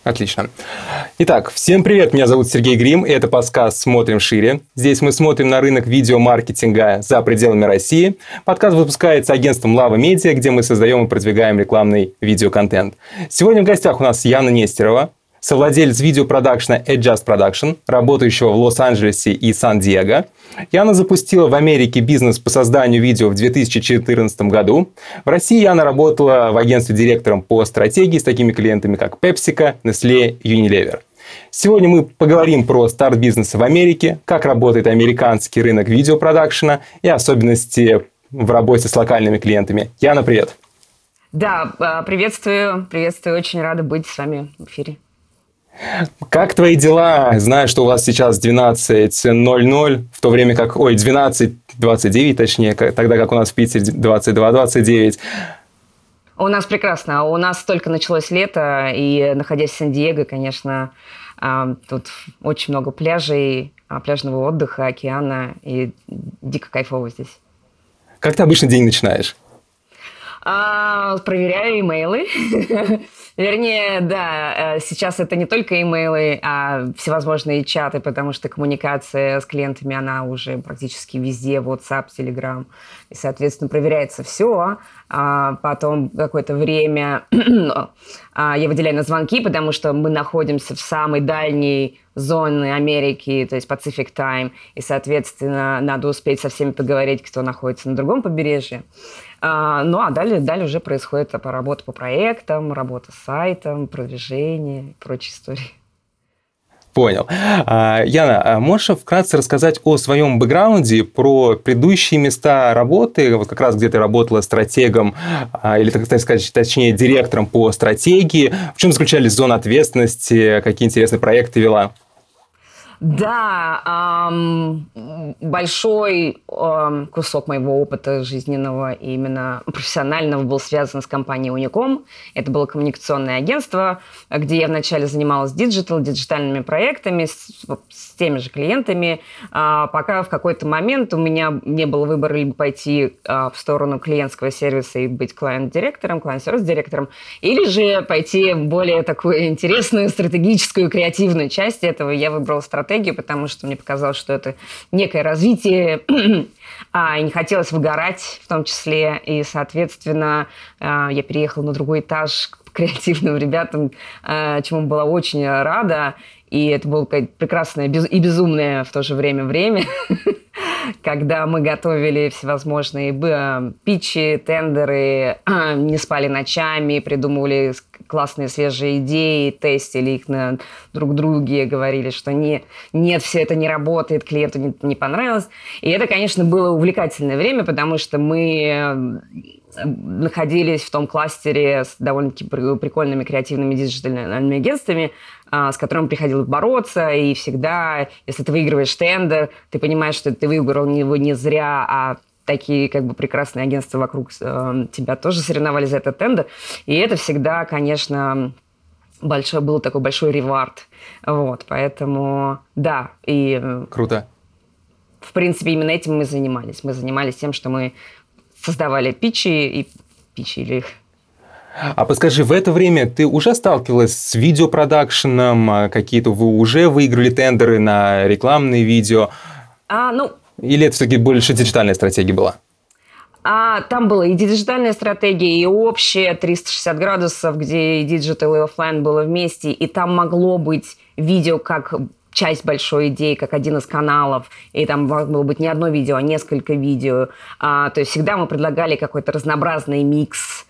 Отлично. Итак, всем привет, меня зовут Сергей Грим, и это подкаст «Смотрим шире». Здесь мы смотрим на рынок видеомаркетинга за пределами России. Подкаст выпускается агентством Lava Media, где мы создаем и продвигаем рекламный видеоконтент. Сегодня в гостях у нас Яна Нестерова, совладелец видеопродакшена Adjust Production, работающего в Лос-Анджелесе и Сан-Диего. Яна запустила в Америке бизнес по созданию видео в 2014 году. В России Яна работала в агентстве директором по стратегии с такими клиентами, как PepsiCo, Nestlé, Unilever. Сегодня мы поговорим про старт бизнеса в Америке, как работает американский рынок видеопродакшена и особенности в работе с локальными клиентами. Яна, привет! Да, приветствую, очень рада быть с вами в эфире. Как твои дела? Знаю, что у вас сейчас 12:00, в то время как... 12:29, точнее, тогда как у нас в Питере 22:29. У нас прекрасно. У нас только началось лето, и, находясь в Сан-Диего, конечно, тут очень много пляжей, пляжного отдыха, океана, и дико кайфово здесь. Как ты обычно день начинаешь? Проверяю имейлы. Вернее, да, сейчас это не только имейлы, а всевозможные чаты, потому что коммуникация с клиентами, она уже практически везде, WhatsApp, Telegram. И, соответственно, проверяется все. Потом какое-то время я выделяю на звонки, потому что мы находимся в самой дальней зоне Америки, то есть Pacific Time. И, соответственно, надо успеть со всеми поговорить, кто находится на другом побережье. Далее уже происходит работа по проектам, работа с сайтом, продвижение и прочие истории. Понял. Яна, можешь вкратце рассказать о своем бэкграунде, про предыдущие места работы, вот как раз где ты работала стратегом, или, так сказать, точнее, директором по стратегии, в чем заключались зоны ответственности, какие интересные проекты вела? Да, большой кусок моего опыта жизненного и именно профессионального был связан с компанией Unicom. Это было коммуникационное агентство, где я вначале занималась диджитальными проектами с теми же клиентами, пока в какой-то момент у меня не было выбора либо пойти в сторону клиентского сервиса и быть клиент-директором, клиент-сервис-директором, или же пойти в более такую интересную стратегическую, креативную часть этого. Я выбрала стратегию, потому что мне показалось, что это некое развитие, и не хотелось выгорать в том числе. И, соответственно, я переехала на другой этаж к креативным ребятам, чему была очень рада. И это было прекрасное и безумное в то же время, когда мы готовили всевозможные питчи, тендеры, не спали ночами, придумывали классные свежие идеи, тестили их на друг друге, говорили, что нет, все это не работает, клиенту не понравилось. И это, конечно, было увлекательное время, потому что мы находились в том кластере с довольно-таки прикольными креативными диджитальными агентствами, с которым приходилось бороться, и всегда, если ты выигрываешь тендер, ты понимаешь, что ты выиграл его не зря, а такие как бы прекрасные агентства вокруг тебя тоже соревновались за этот тендер. И это всегда, конечно, был такой большой ревард. Вот, поэтому, да. И, круто. В принципе, именно этим мы занимались. Мы занимались тем, что мы создавали питчи и питчили их. А подскажи, в это время ты уже сталкивалась с видеопродакшеном? Какие-то вы уже выиграли тендеры на рекламные видео? Или это все-таки больше диджитальная стратегия была? Там была и диджитальная стратегия, и общая 360 градусов, где и диджитал, и офлайн было вместе. И там могло быть видео как часть большой идеи, как один из каналов. И там могло быть не одно видео, а несколько видео. То есть всегда мы предлагали какой-то разнообразный микс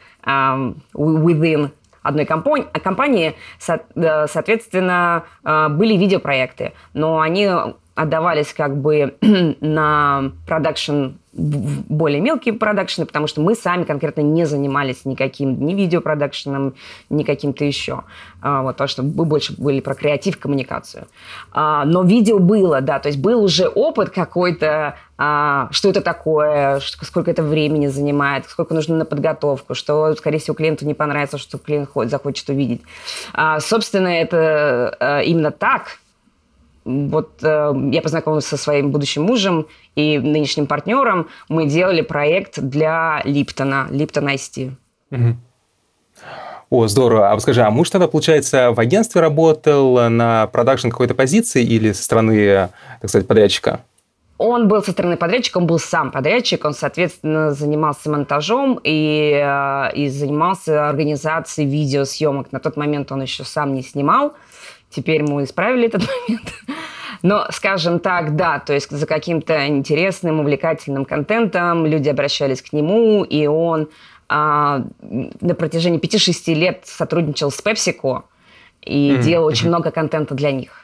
within одной компании. Соответственно, были видеопроекты, но они отдавались как бы на продакшн, более мелкие продакшны, потому что мы сами конкретно не занимались ни видеопродакшеном, ни каким-то еще. Потому что мы больше были про креатив, коммуникацию. Но видео было, да, то есть был уже опыт какой-то, что это такое, сколько это времени занимает, сколько нужно на подготовку, что, скорее всего, клиенту не понравится, что клиент захочет увидеть. Собственно, это именно так. Я познакомилась со своим будущим мужем и нынешним партнером. Мы делали проект для Липтона Ice Tea. О, здорово. А скажи, а муж тогда, получается, в агентстве работал на продакшн какой-то позиции или со стороны, так сказать, подрядчика? Он был со стороны подрядчика, он был сам подрядчик, он, соответственно, занимался монтажом и занимался организацией видеосъемок. На тот момент он еще сам не снимал, теперь мы исправили этот момент. Но, скажем так, да, то есть за каким-то интересным, увлекательным контентом люди обращались к нему, и он на протяжении 5-6 лет сотрудничал с PepsiCo и делал очень много контента для них.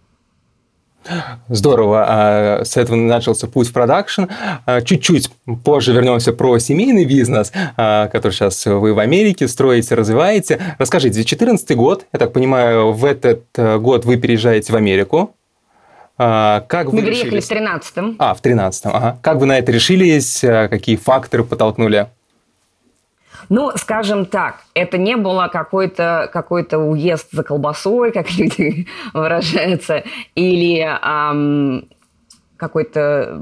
Здорово. С этого начался путь в продакшн. Чуть-чуть позже вернемся про семейный бизнес, который сейчас вы в Америке строите, развиваете. Расскажите, 2014 год, я так понимаю, в этот год вы переезжаете в Америку. Как мы приехали в 13-м. В 13-м, ага. Как вы на это решились? Какие факторы подтолкнули? Ну, скажем так, это не было какой-то уезд за колбасой, как люди выражаются, или какой-то,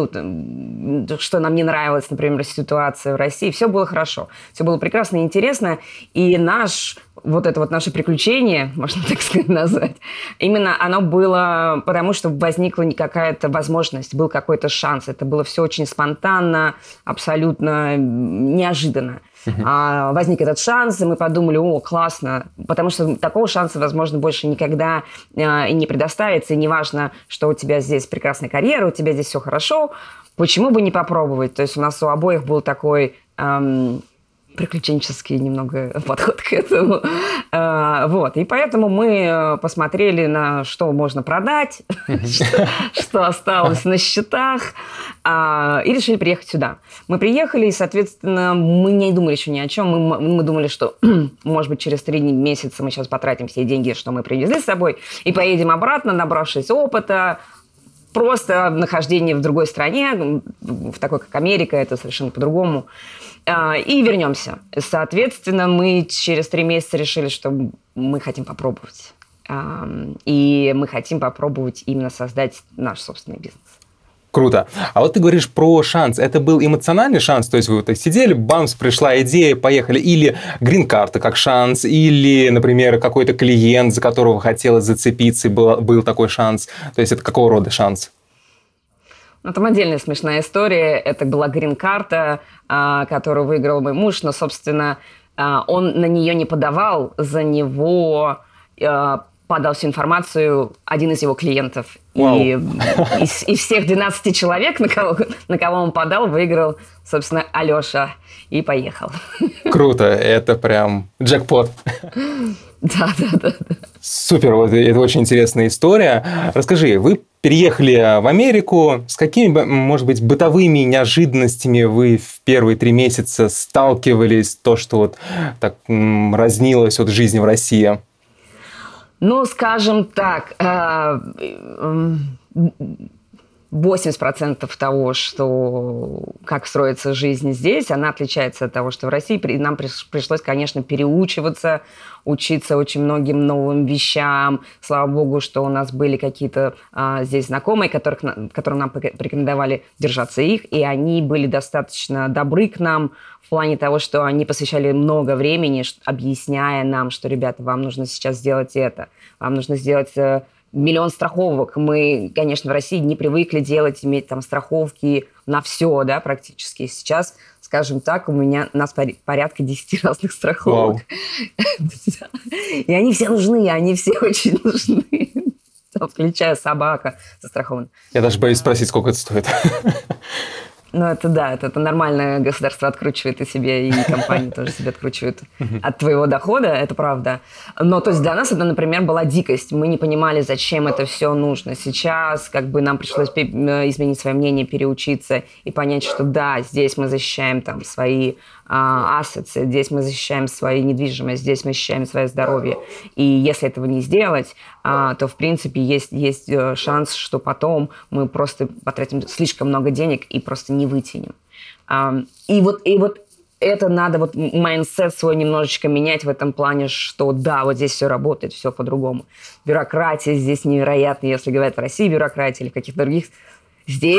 что нам не нравилось, например, ситуация в России. Все было хорошо, все было прекрасно и интересно, и наше приключение, можно так сказать, назвать, именно оно было потому, что возникла какая-то возможность, был какой-то шанс. Это было все очень спонтанно, абсолютно неожиданно. Возник этот шанс, и мы подумали, классно, потому что такого шанса, возможно, больше никогда и не предоставится, и неважно, что у тебя здесь прекрасная карьера, у тебя здесь все хорошо, почему бы не попробовать? То есть у нас у обоих был такой приключенческий немного подход к этому. И поэтому мы посмотрели, на что можно продать, что осталось на счетах, и решили приехать сюда. Мы приехали, и, соответственно, мы не думали еще ни о чем. Мы думали, что, может быть, через 3 месяца мы сейчас потратим все деньги, что мы привезли с собой, и поедем обратно, набравшись опыта. Просто нахождение в другой стране, в такой, как Америка, это совершенно по-другому. И вернемся. Соответственно, мы через 3 месяца решили, что мы хотим попробовать. И мы хотим попробовать именно создать наш собственный бизнес. Круто. А вот ты говоришь про шанс. Это был эмоциональный шанс? То есть вы вот сидели, бамс, пришла идея, поехали. Или грин-карта как шанс, или, например, какой-то клиент, за которого хотелось зацепиться, и был такой шанс. То есть это какого рода шанс? Там отдельная смешная история. Это была грин-карта, которую выиграл мой муж, но, собственно, он на нее не подавал, за него подал всю информацию один из его клиентов. Вау. И из всех 12 человек, на кого он подал, выиграл, собственно, Алеша. И поехал. Круто. Это прям джекпот. Да. Супер. Вот это очень интересная история. Расскажи, вы переехали в Америку. С какими, может быть, бытовыми неожиданностями вы в первые 3 месяца сталкивались? То, что вот так разнилось от жизни в России? Скажем так, 80% того, как строится жизнь здесь, она отличается от того, что в России. Нам пришлось, конечно, переучиваться, учиться очень многим новым вещам. Слава богу, что у нас были какие-то здесь знакомые, которым нам порекомендовали держаться их, и они были достаточно добры к нам в плане того, что они посвящали много времени, объясняя нам, что, ребята, вам нужно сейчас сделать это, вам нужно сделать 1 миллион страховок. Мы, конечно, в России не привыкли иметь там страховки на все, да, практически. Сейчас, скажем так, у нас порядка 10 разных страховок. И они все нужны, они все очень нужны. Включая собака застрахована. Я даже боюсь спросить, сколько это стоит. Это нормально, государство откручивает и себе, и компании тоже себе откручивают от твоего дохода, это правда. Но то есть для нас это, например, была дикость. Мы не понимали, зачем это все нужно. Сейчас нам пришлось изменить свое мнение, переучиться и понять, что да, здесь мы защищаем там свои ассеты, здесь мы защищаем свою недвижимость, здесь мы защищаем свое здоровье. И если этого не сделать, то, в принципе, есть шанс, что потом мы просто потратим слишком много денег и просто не вытянем. И вот это надо майндсет свой немножечко менять в этом плане, что да, вот здесь все работает, все по-другому. Бюрократия здесь невероятная, если говорить в России бюрократия или в каких-то других. Здесь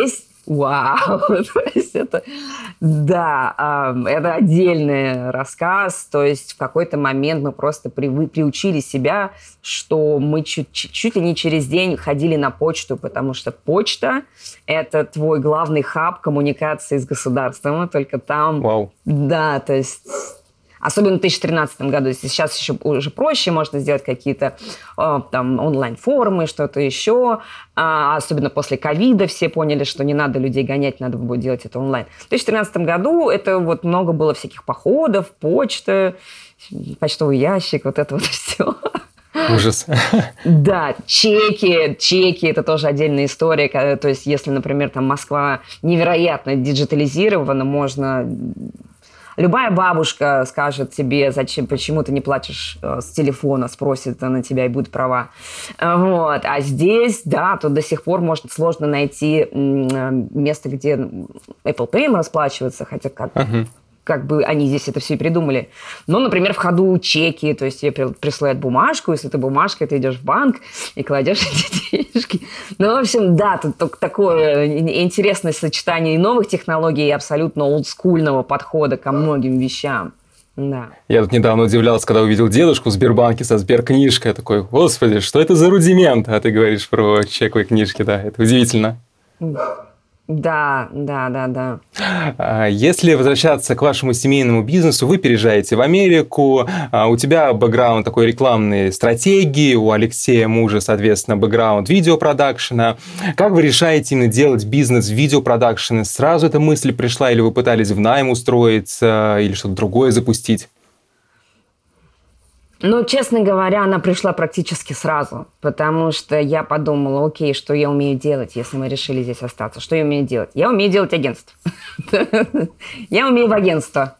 Вау! То есть это, да, это отдельный рассказ. То есть в какой-то момент мы просто приучили себя, что мы чуть ли не через день ходили на почту, потому что почта – это твой главный хаб коммуникации с государством. Только там… Вау. Да, то есть… Особенно в 2013 году. Сейчас еще уже проще, можно сделать какие-то там онлайн-форумы, что-то еще. Особенно после ковида все поняли, что не надо людей гонять, надо будет делать это онлайн. В 2013 году это вот много было всяких походов, почта, почтовый ящик, вот это вот все. Ужас. Да, чеки – это тоже отдельная история. То есть если, например, там Москва невероятно диджитализирована, можно… Любая бабушка скажет тебе, почему ты не платишь с телефона, спросит на тебя и будет права. Вот. А здесь, да, тут до сих пор сложно найти место, где Apple Pay расплачиваться, хотя как бы они здесь это все и придумали. Но, например, в ходу чеки, то есть тебе присылают бумажку, и с этой бумажкой ты идешь в банк и кладешь эти денежки. Ну, в общем, да, тут такое интересное сочетание и новых технологий, и абсолютно олдскульного подхода ко многим вещам. Да. Я тут недавно удивлялся, когда увидел дедушку в Сбербанке со Сберкнижкой. Я такой, господи, что это за рудимент? А ты говоришь про чековые книжки, да, это удивительно. Да. Если возвращаться к вашему семейному бизнесу, вы переезжаете в Америку, у тебя бэкграунд такой рекламной стратегии, у Алексея мужа, соответственно, бэкграунд видеопродакшена. Как вы решаете именно делать бизнес в видеопродакшене? Сразу эта мысль пришла, или вы пытались в найм устроиться, или что-то другое запустить? Ну, честно говоря, она пришла практически сразу, потому что я подумала, окей, что я умею делать, если мы решили здесь остаться? Что я умею делать? Я умею делать агентство. Я умею в агентство.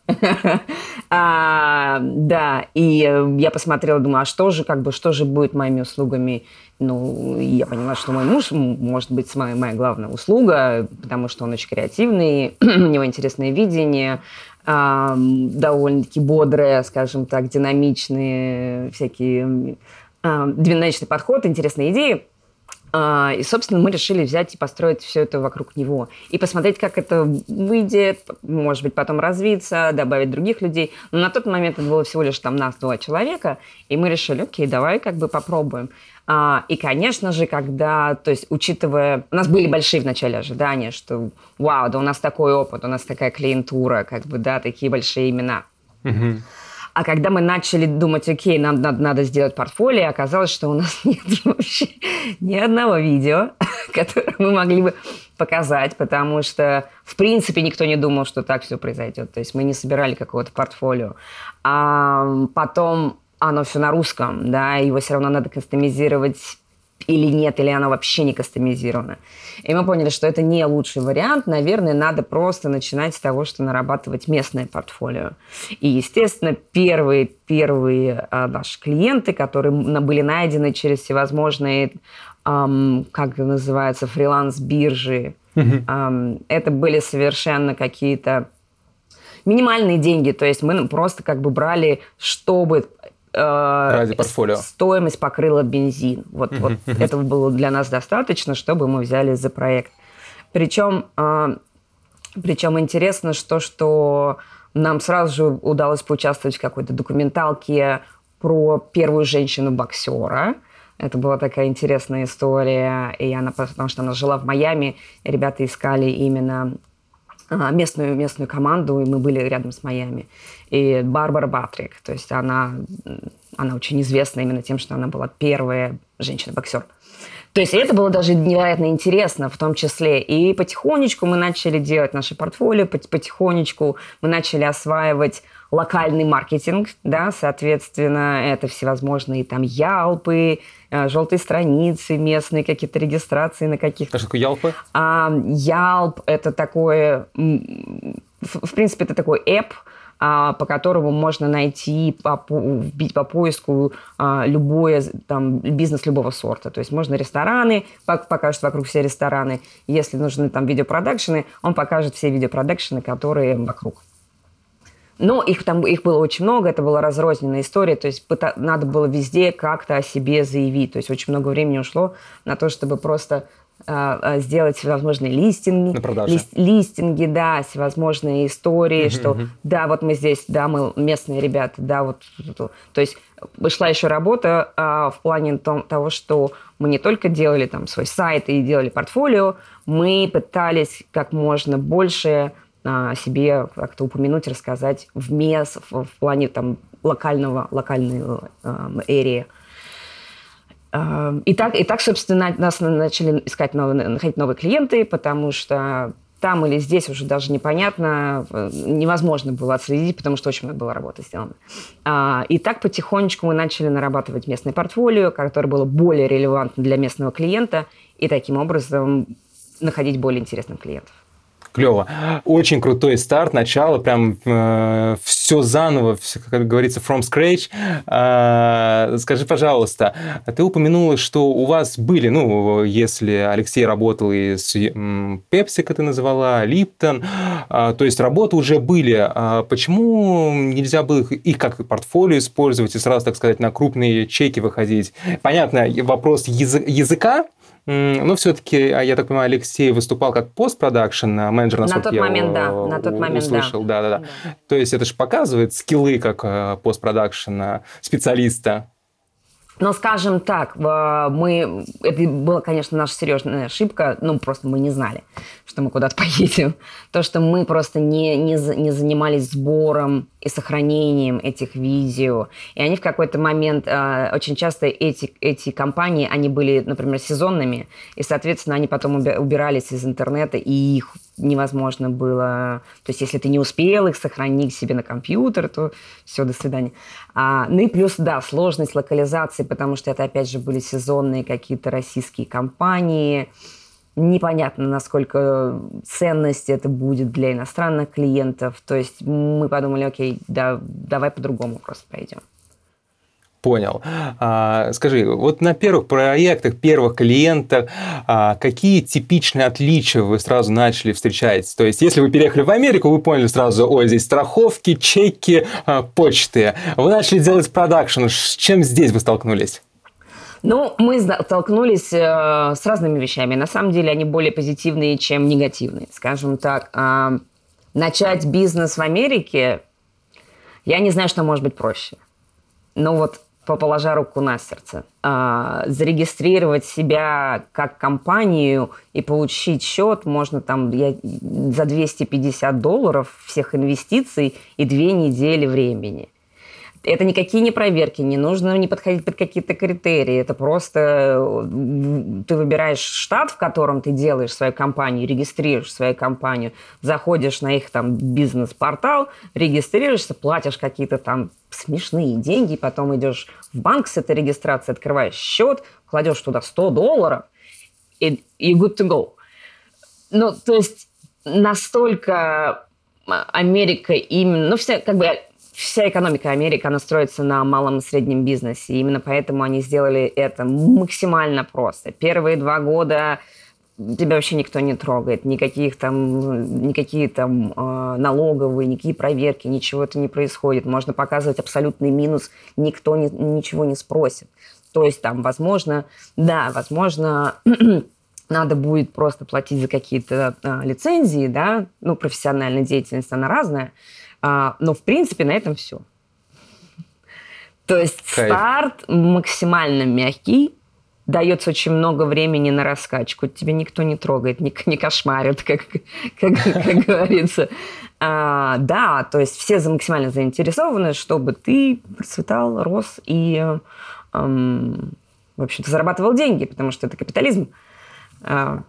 Да, и я посмотрела, думаю, а что же будет моими услугами? Ну, я поняла, что мой муж может быть моя главная услуга, потому что он очень креативный, у него интересное видение, довольно-таки бодрые, скажем так, динамичные, всякие динамичный подход, интересные идеи. И, собственно, мы решили взять и построить все это вокруг него. И посмотреть, как это выйдет, может быть, потом развиться, добавить других людей. Но на тот момент это было всего лишь там нас 2 человека, и мы решили, окей, давай как бы попробуем. И, конечно же, то есть, учитывая... У нас были большие вначале ожидания, что вау, да у нас такой опыт, у нас такая клиентура, как бы, да, такие большие имена. Угу. А когда мы начали думать, окей, нам надо сделать портфолио, оказалось, что у нас нет вообще ни одного видео, которое мы могли бы показать, потому что, в принципе, никто не думал, что так все произойдет. То есть мы не собирали какого-то портфолио. А потом оно все на русском, да, его все равно надо кастомизировать или нет, или оно вообще не кастомизировано. И мы поняли, что это не лучший вариант. Наверное, надо просто начинать с того, что нарабатывать местное портфолио. И, естественно, первые наши клиенты, которые были найдены через всевозможные, как называется, фриланс-биржи, это были совершенно какие-то минимальные деньги. То есть мы просто как бы брали, чтобы... Ради портфолио. Стоимость покрыла бензин. Вот этого было для нас достаточно, чтобы мы взяли за проект. Причем интересно, что нам сразу же удалось поучаствовать в какой-то документалке про первую женщину-боксера. Это была такая интересная история. И потому что она жила в Майами, ребята искали именно местную команду, и мы были рядом с Майами. И Барбара Батрик, то есть она очень известна именно тем, что она была первая женщина-боксер. То есть это было даже невероятно интересно в том числе. И потихонечку мы начали делать наше портфолио, потихонечку мы начали осваивать локальный маркетинг, да, соответственно, это всевозможные там ялпы, желтые страницы местные, какие-то регистрации на каких-то... А что такое ялпы? Ялп – это такое, в принципе, это такой эп, по которому можно найти, вбить по поиску любой бизнес любого сорта. То есть можно рестораны, покажет вокруг все рестораны. Если нужны там видеопродакшены, он покажет все видеопродакшены, которые вокруг. Но их было очень много, это была разрозненная история, то есть надо было везде как-то о себе заявить. То есть очень много времени ушло на то, чтобы просто сделать всевозможные листинги. На продаже. Листинги, да, всевозможные истории, что да, вот мы здесь, да, мы местные ребята, да, вот. То есть шла еще работа в плане того, что мы не только делали там свой сайт и делали портфолио, мы пытались как можно больше о себе как-то упомянуть, рассказать в плане там локальной эрии. И так, собственно, нас начали находить новые клиенты, потому что там или здесь уже даже непонятно, невозможно было отследить, потому что очень много было работы сделано. И так потихонечку мы начали нарабатывать местное портфолио, которое было более релевантно для местного клиента, и таким образом находить более интересных клиентов. Клево. Очень крутой старт, начало, прям все заново, как говорится, from scratch. Скажи, пожалуйста, ты упомянула, что у вас были, если Алексей работал и с Pepsi, как ты называла, Lipton, то есть работы уже были. Почему нельзя было их как портфолио использовать и сразу, так сказать, на крупные чеки выходить? Понятно, вопрос языка. Но все-таки, я так понимаю, Алексей выступал как постпродакшн менеджер, насколько на тот момент, услышал. Да. То есть это же показывает скиллы как постпродакшн специалиста. Но, скажем так, это была, конечно, наша серьезная ошибка, просто мы не знали, что мы куда-то поедем. То, что мы просто не занимались сбором и сохранением этих видео. И они в какой-то момент, очень часто эти компании, они были, например, сезонными, и, соответственно, они потом убирались из интернета, и их невозможно было... То есть, если ты не успел их сохранить себе на компьютер, то все, до свидания. И плюс, да, сложность локализации, потому что это, опять же, были сезонные какие-то российские компании. Непонятно, насколько ценность это будет для иностранных клиентов. То есть мы подумали, окей, да, давай по-другому просто пойдем. Понял. Скажи, вот на первых проектах, первых клиентах, какие типичные отличия вы сразу начали встречать? То есть, если вы переехали в Америку, вы поняли сразу, здесь страховки, чеки, почты. Вы начали делать продакшн. С чем здесь вы столкнулись? Мы столкнулись с разными вещами. На самом деле, они более позитивные, чем негативные. Скажем так, начать бизнес в Америке, я не знаю, что может быть проще. Но вот положа руку на сердце, зарегистрировать себя как компанию и получить счет можно там за $250 всех инвестиций и 2 недели времени. Это никакие не проверки, не нужно не подходить под какие-то критерии. Это просто ты выбираешь штат, в котором ты делаешь свою компанию, регистрируешь свою компанию, заходишь на их там бизнес-портал, регистрируешься, платишь какие-то там смешные деньги, потом идешь в банк с этой регистрацией, открываешь счет, кладешь туда $100 и good to go. То есть настолько Америка именно, вся экономика Америки, она строится на малом и среднем бизнесе. И именно поэтому они сделали это максимально просто. Первые 2 года тебя вообще никто не трогает. Никакие там налоговые, никакие проверки, ничего это не происходит. Можно показывать абсолютный минус, никто ничего не спросит. То есть там, возможно, надо будет просто платить за какие-то лицензии, да, профессиональная деятельность, она разная. Но, в принципе, на этом все. То есть старт максимально мягкий, дается очень много времени на раскачку, тебя никто не трогает, не кошмарит, как говорится. Да, то есть все максимально заинтересованы, чтобы ты процветал, рос и, в общем-то, зарабатывал деньги, потому что это капитализм. Да.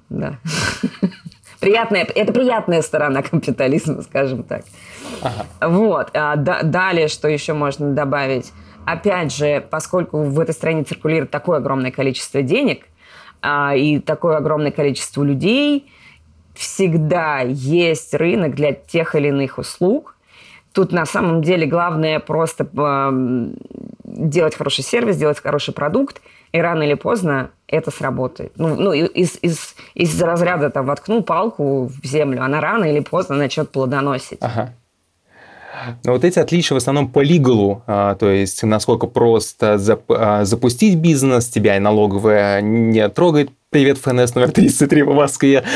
Это приятная сторона капитализма, скажем так. Ага. Далее, что еще можно добавить? Опять же, поскольку в этой стране циркулирует такое огромное количество денег и такое огромное количество людей, всегда есть рынок для тех или иных услуг. Тут на самом деле главное просто делать хороший сервис, делать хороший продукт, и рано или поздно это сработает. Из разряда там воткнул палку в землю, она рано или поздно начнет плодоносить. Ага. Но вот эти отличия в основном по лигалу, то есть насколько просто запустить бизнес, тебя и налоговая не трогает Привет, ФНС номер 33 в Москве.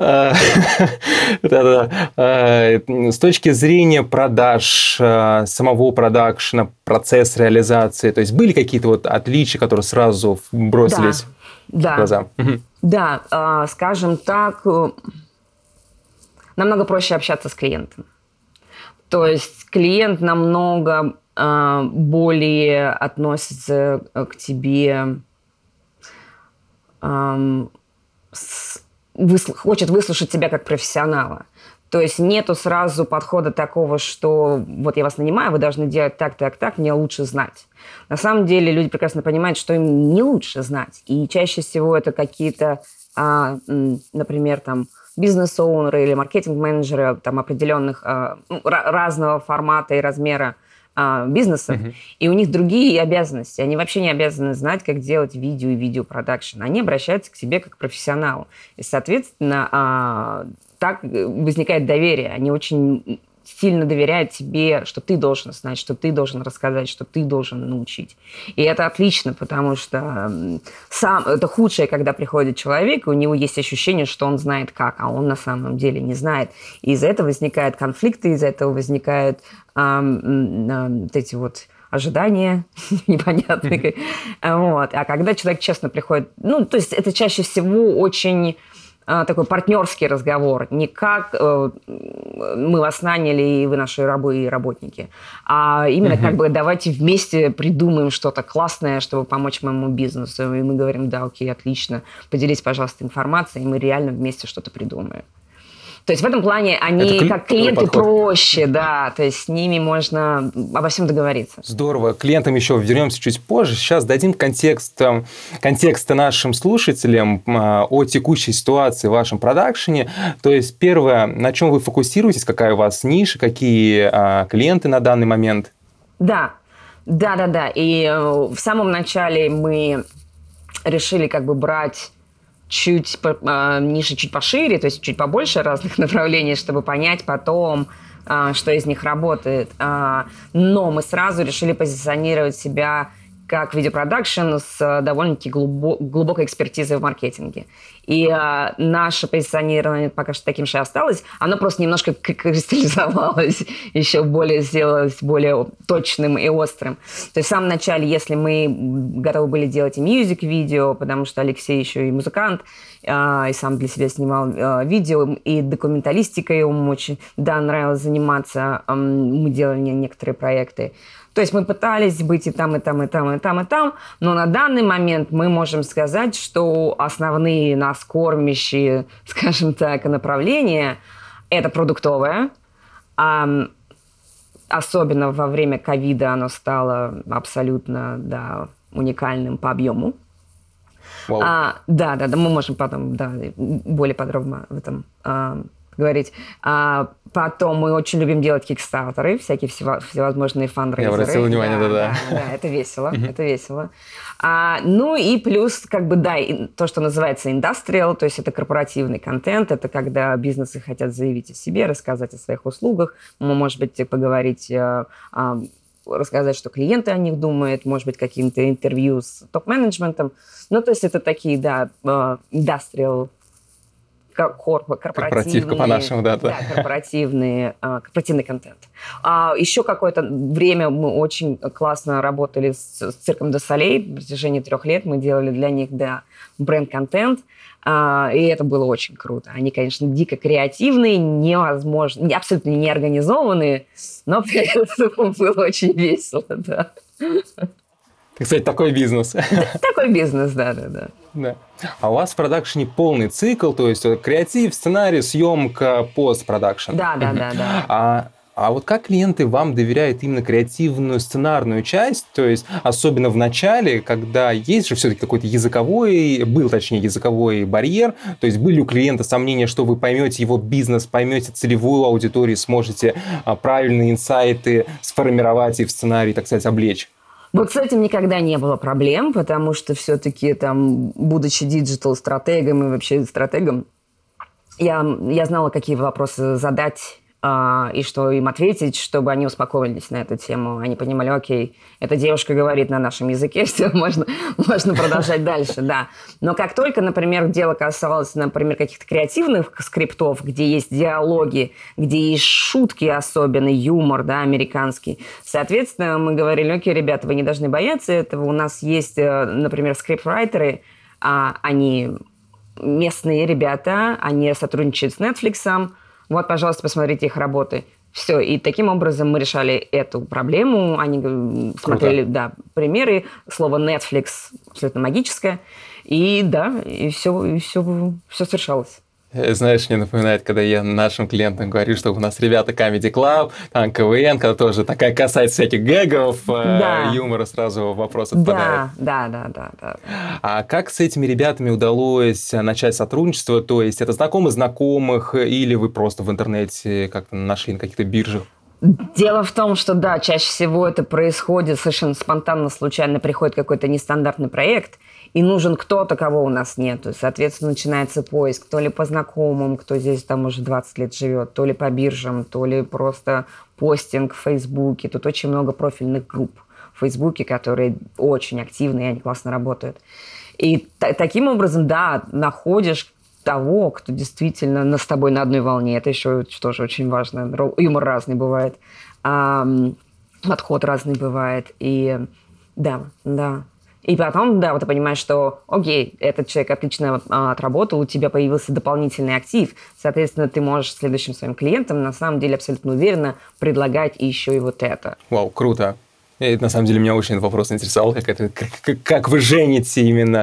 С точки зрения продаж, самого продакшена, процесс реализации, то есть были какие-то вот отличия, которые сразу бросились в глаза? Да, скажем так, намного проще общаться с клиентом. То есть клиент намного более относится к тебе, хочет выслушать тебя как профессионала. То есть нету сразу подхода такого, что вот я вас нанимаю, вы должны делать так, так, так, мне лучше знать. На самом деле люди прекрасно понимают, что им не лучше знать. И чаще всего это какие-то, например, там, бизнес-оунеры или маркетинг-менеджеры там, определенных разного формата и размера бизнеса, и у них другие обязанности. Они вообще не обязаны знать, как делать видео и видеопродакшн. Они обращаются к тебе как к профессионалу. И, соответственно, так возникает доверие. Они очень сильно доверяют тебе, что ты должен знать, что ты должен рассказать, что ты должен научить. И это отлично, потому что это худшее, когда приходит человек, и у него есть ощущение, что он знает как, а он на самом деле не знает. И из-за этого возникают конфликты, из-за этого возникают вот эти вот ожидания непонятные. Вот. А когда человек честно приходит... то есть это чаще всего очень... такой партнерский разговор, не как мы вас наняли, и вы наши рабы и работники, а именно как бы давайте вместе придумаем что-то классное, чтобы помочь моему бизнесу. И мы говорим, да, окей, отлично, поделись, пожалуйста, информацией, и мы реально вместе что-то придумаем. То есть в этом плане они, как клиенты, проще, да, то есть с ними можно обо всем договориться. Здорово. К клиентам еще вернемся чуть позже. Сейчас дадим контекста нашим слушателям о текущей ситуации в вашем продакшене. То есть первое, на чем вы фокусируетесь, какая у вас ниша, какие клиенты на данный момент? Да. И в самом начале мы решили как бы брать ниши чуть пошире, то есть чуть побольше разных направлений, чтобы понять потом, что из них работает. Но мы сразу решили позиционировать себя как видеопродакшн с довольно-таки глубокой экспертизой в маркетинге. И наше позиционирование пока что таким же осталось. Оно просто немножко кристаллизовалось, еще сделалось более точным и острым. То есть в самом начале, если мы готовы были делать и мьюзик-видео, потому что Алексей еще и музыкант, и сам для себя снимал видео, и документалистикой ему очень нравилось заниматься. Мы делали некоторые проекты. То есть мы пытались быть и там, и там, и там, и там, и там, но на данный момент мы можем сказать, что основные нас кормящие, скажем так, направления – это продуктовое. Особенно во время ковида оно стало абсолютно уникальным по объему. Wow. Да, мы можем потом более подробно в этом говорить. Потом мы очень любим делать кикстартеры, всякие всевозможные фандрейзеры. Я обратил внимание, да. Да, это весело, это весело. И плюс, то, что называется индастриал, то есть это корпоративный контент, это когда бизнесы хотят заявить о себе, рассказать о своих услугах, может быть, поговорить, рассказать, что клиенты о них думают, может быть, каким-то интервью с топ-менеджментом. То есть это такие, индастриал корпоративные, по-нашему, корпоративный контент. Еще какое-то время мы очень классно работали с цирком де Солей. В протяжении 3 лет мы делали для них бренд-контент. И это было очень круто. Они, конечно, дико креативные, невозможно, абсолютно неорганизованные, но при этом было очень весело, да. Кстати, такой бизнес. Такой бизнес, да. А у вас в продакшене полный цикл, то есть креатив, сценарий, съемка, постпродакшн. Да. А вот как клиенты вам доверяют именно креативную сценарную часть, то есть особенно в начале, когда есть же все-таки какой-то языковой барьер, то есть были у клиента сомнения, что вы поймете его бизнес, поймете целевую аудиторию, сможете правильные инсайты сформировать и в сценарий, так сказать, облечь? Вот с этим никогда не было проблем, потому что все-таки будучи диджитал-стратегом и вообще стратегом, я знала, какие вопросы задать и что им ответить, чтобы они успокоились на эту тему. Они понимали, окей, эта девушка говорит на нашем языке, все, можно продолжать дальше, да. Но как только, например, дело касалось, например, каких-то креативных скриптов, где есть диалоги, где есть шутки особенно, юмор, да, американский, соответственно, мы говорили, окей, ребята, вы не должны бояться этого, у нас есть, например, скриптврайтеры, они местные ребята, они сотрудничают с Netflix. Вот, пожалуйста, посмотрите их работы. Все. И таким образом мы решали эту проблему. Они смотрели, да, примеры. Слово Netflix абсолютно магическое. И да, и все совершалось. Знаешь, мне напоминает, когда я нашим клиентам говорю, что у нас ребята Comedy Club, там КВН, когда тоже такая касается всяких гэгов, юмора, сразу вопрос отпадает. Да. А как с этими ребятами удалось начать сотрудничество? То есть это знакомые знакомых или вы просто в интернете как-то нашли на каких-то биржах? Дело в том, что да, чаще всего это происходит совершенно спонтанно, случайно приходит какой-то нестандартный проект, и нужен кто-то, кого у нас нет. Соответственно, начинается поиск, то ли по знакомым, кто здесь там уже 20 лет живет, то ли по биржам, то ли просто постинг в Фейсбуке. Тут очень много профильных групп в Фейсбуке, которые очень активны, и они классно работают. И таким образом, да, находишь того, кто действительно с тобой на одной волне. Это еще тоже очень важно. Юмор разный бывает, подход разный бывает. И да. И потом, да, вот ты понимаешь, что, окей, этот человек отлично отработал, у тебя появился дополнительный актив, соответственно, ты можешь следующим своим клиентам на самом деле абсолютно уверенно предлагать еще и вот это. Вау, круто. И, на самом деле, меня очень этот вопрос интересовал, как вы жените именно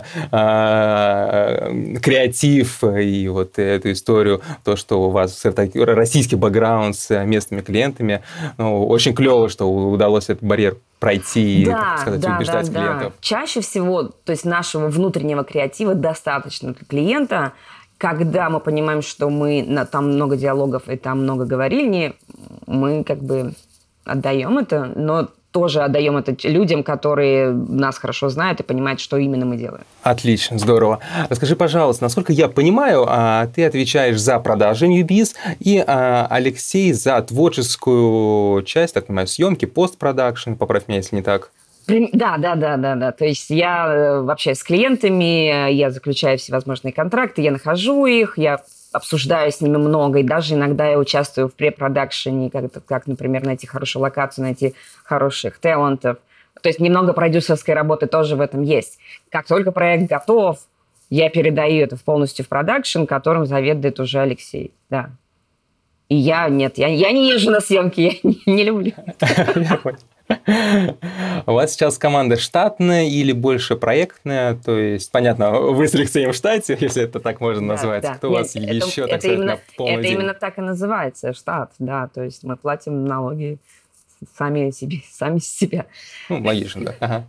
креатив и вот эту историю, то, что у вас российский бэкграунд с местными клиентами. Ну, очень клево, что удалось этот барьер пройти и, так сказать, убеждать клиентов. Чаще всего, то есть нашего внутреннего креатива достаточно для клиента, когда мы понимаем, что там много диалогов и там много говорильни, мы как бы отдаем это, но тоже отдаем это людям, которые нас хорошо знают и понимают, что именно мы делаем. Отлично, здорово. Расскажи, пожалуйста, насколько я понимаю, ты отвечаешь за продажи Newbiz, и Алексей за творческую часть, так понимаю, съемки, постпродакшн, поправь меня, если не так. Да. То есть я общаюсь с клиентами, я заключаю всевозможные контракты, я нахожу их, я обсуждаю с ними много, и даже иногда я участвую в препродакшене, как, например, найти хорошую локацию, найти хороших талантов. То есть немного продюсерской работы тоже в этом есть. Как только проект готов, я передаю это полностью в продакшн, которым заведует уже Алексей. Да. И я не езжу на съемки, я не люблю. Я понял. У вас сейчас команда штатная или больше проектная? То есть, понятно, вы с Алексеем в штате, если это так можно назвать. Да. Кто у вас еще, так сказать, на полный день? Это именно так и называется, штат, да. То есть мы платим налоги сами себя. Ну, логично, да.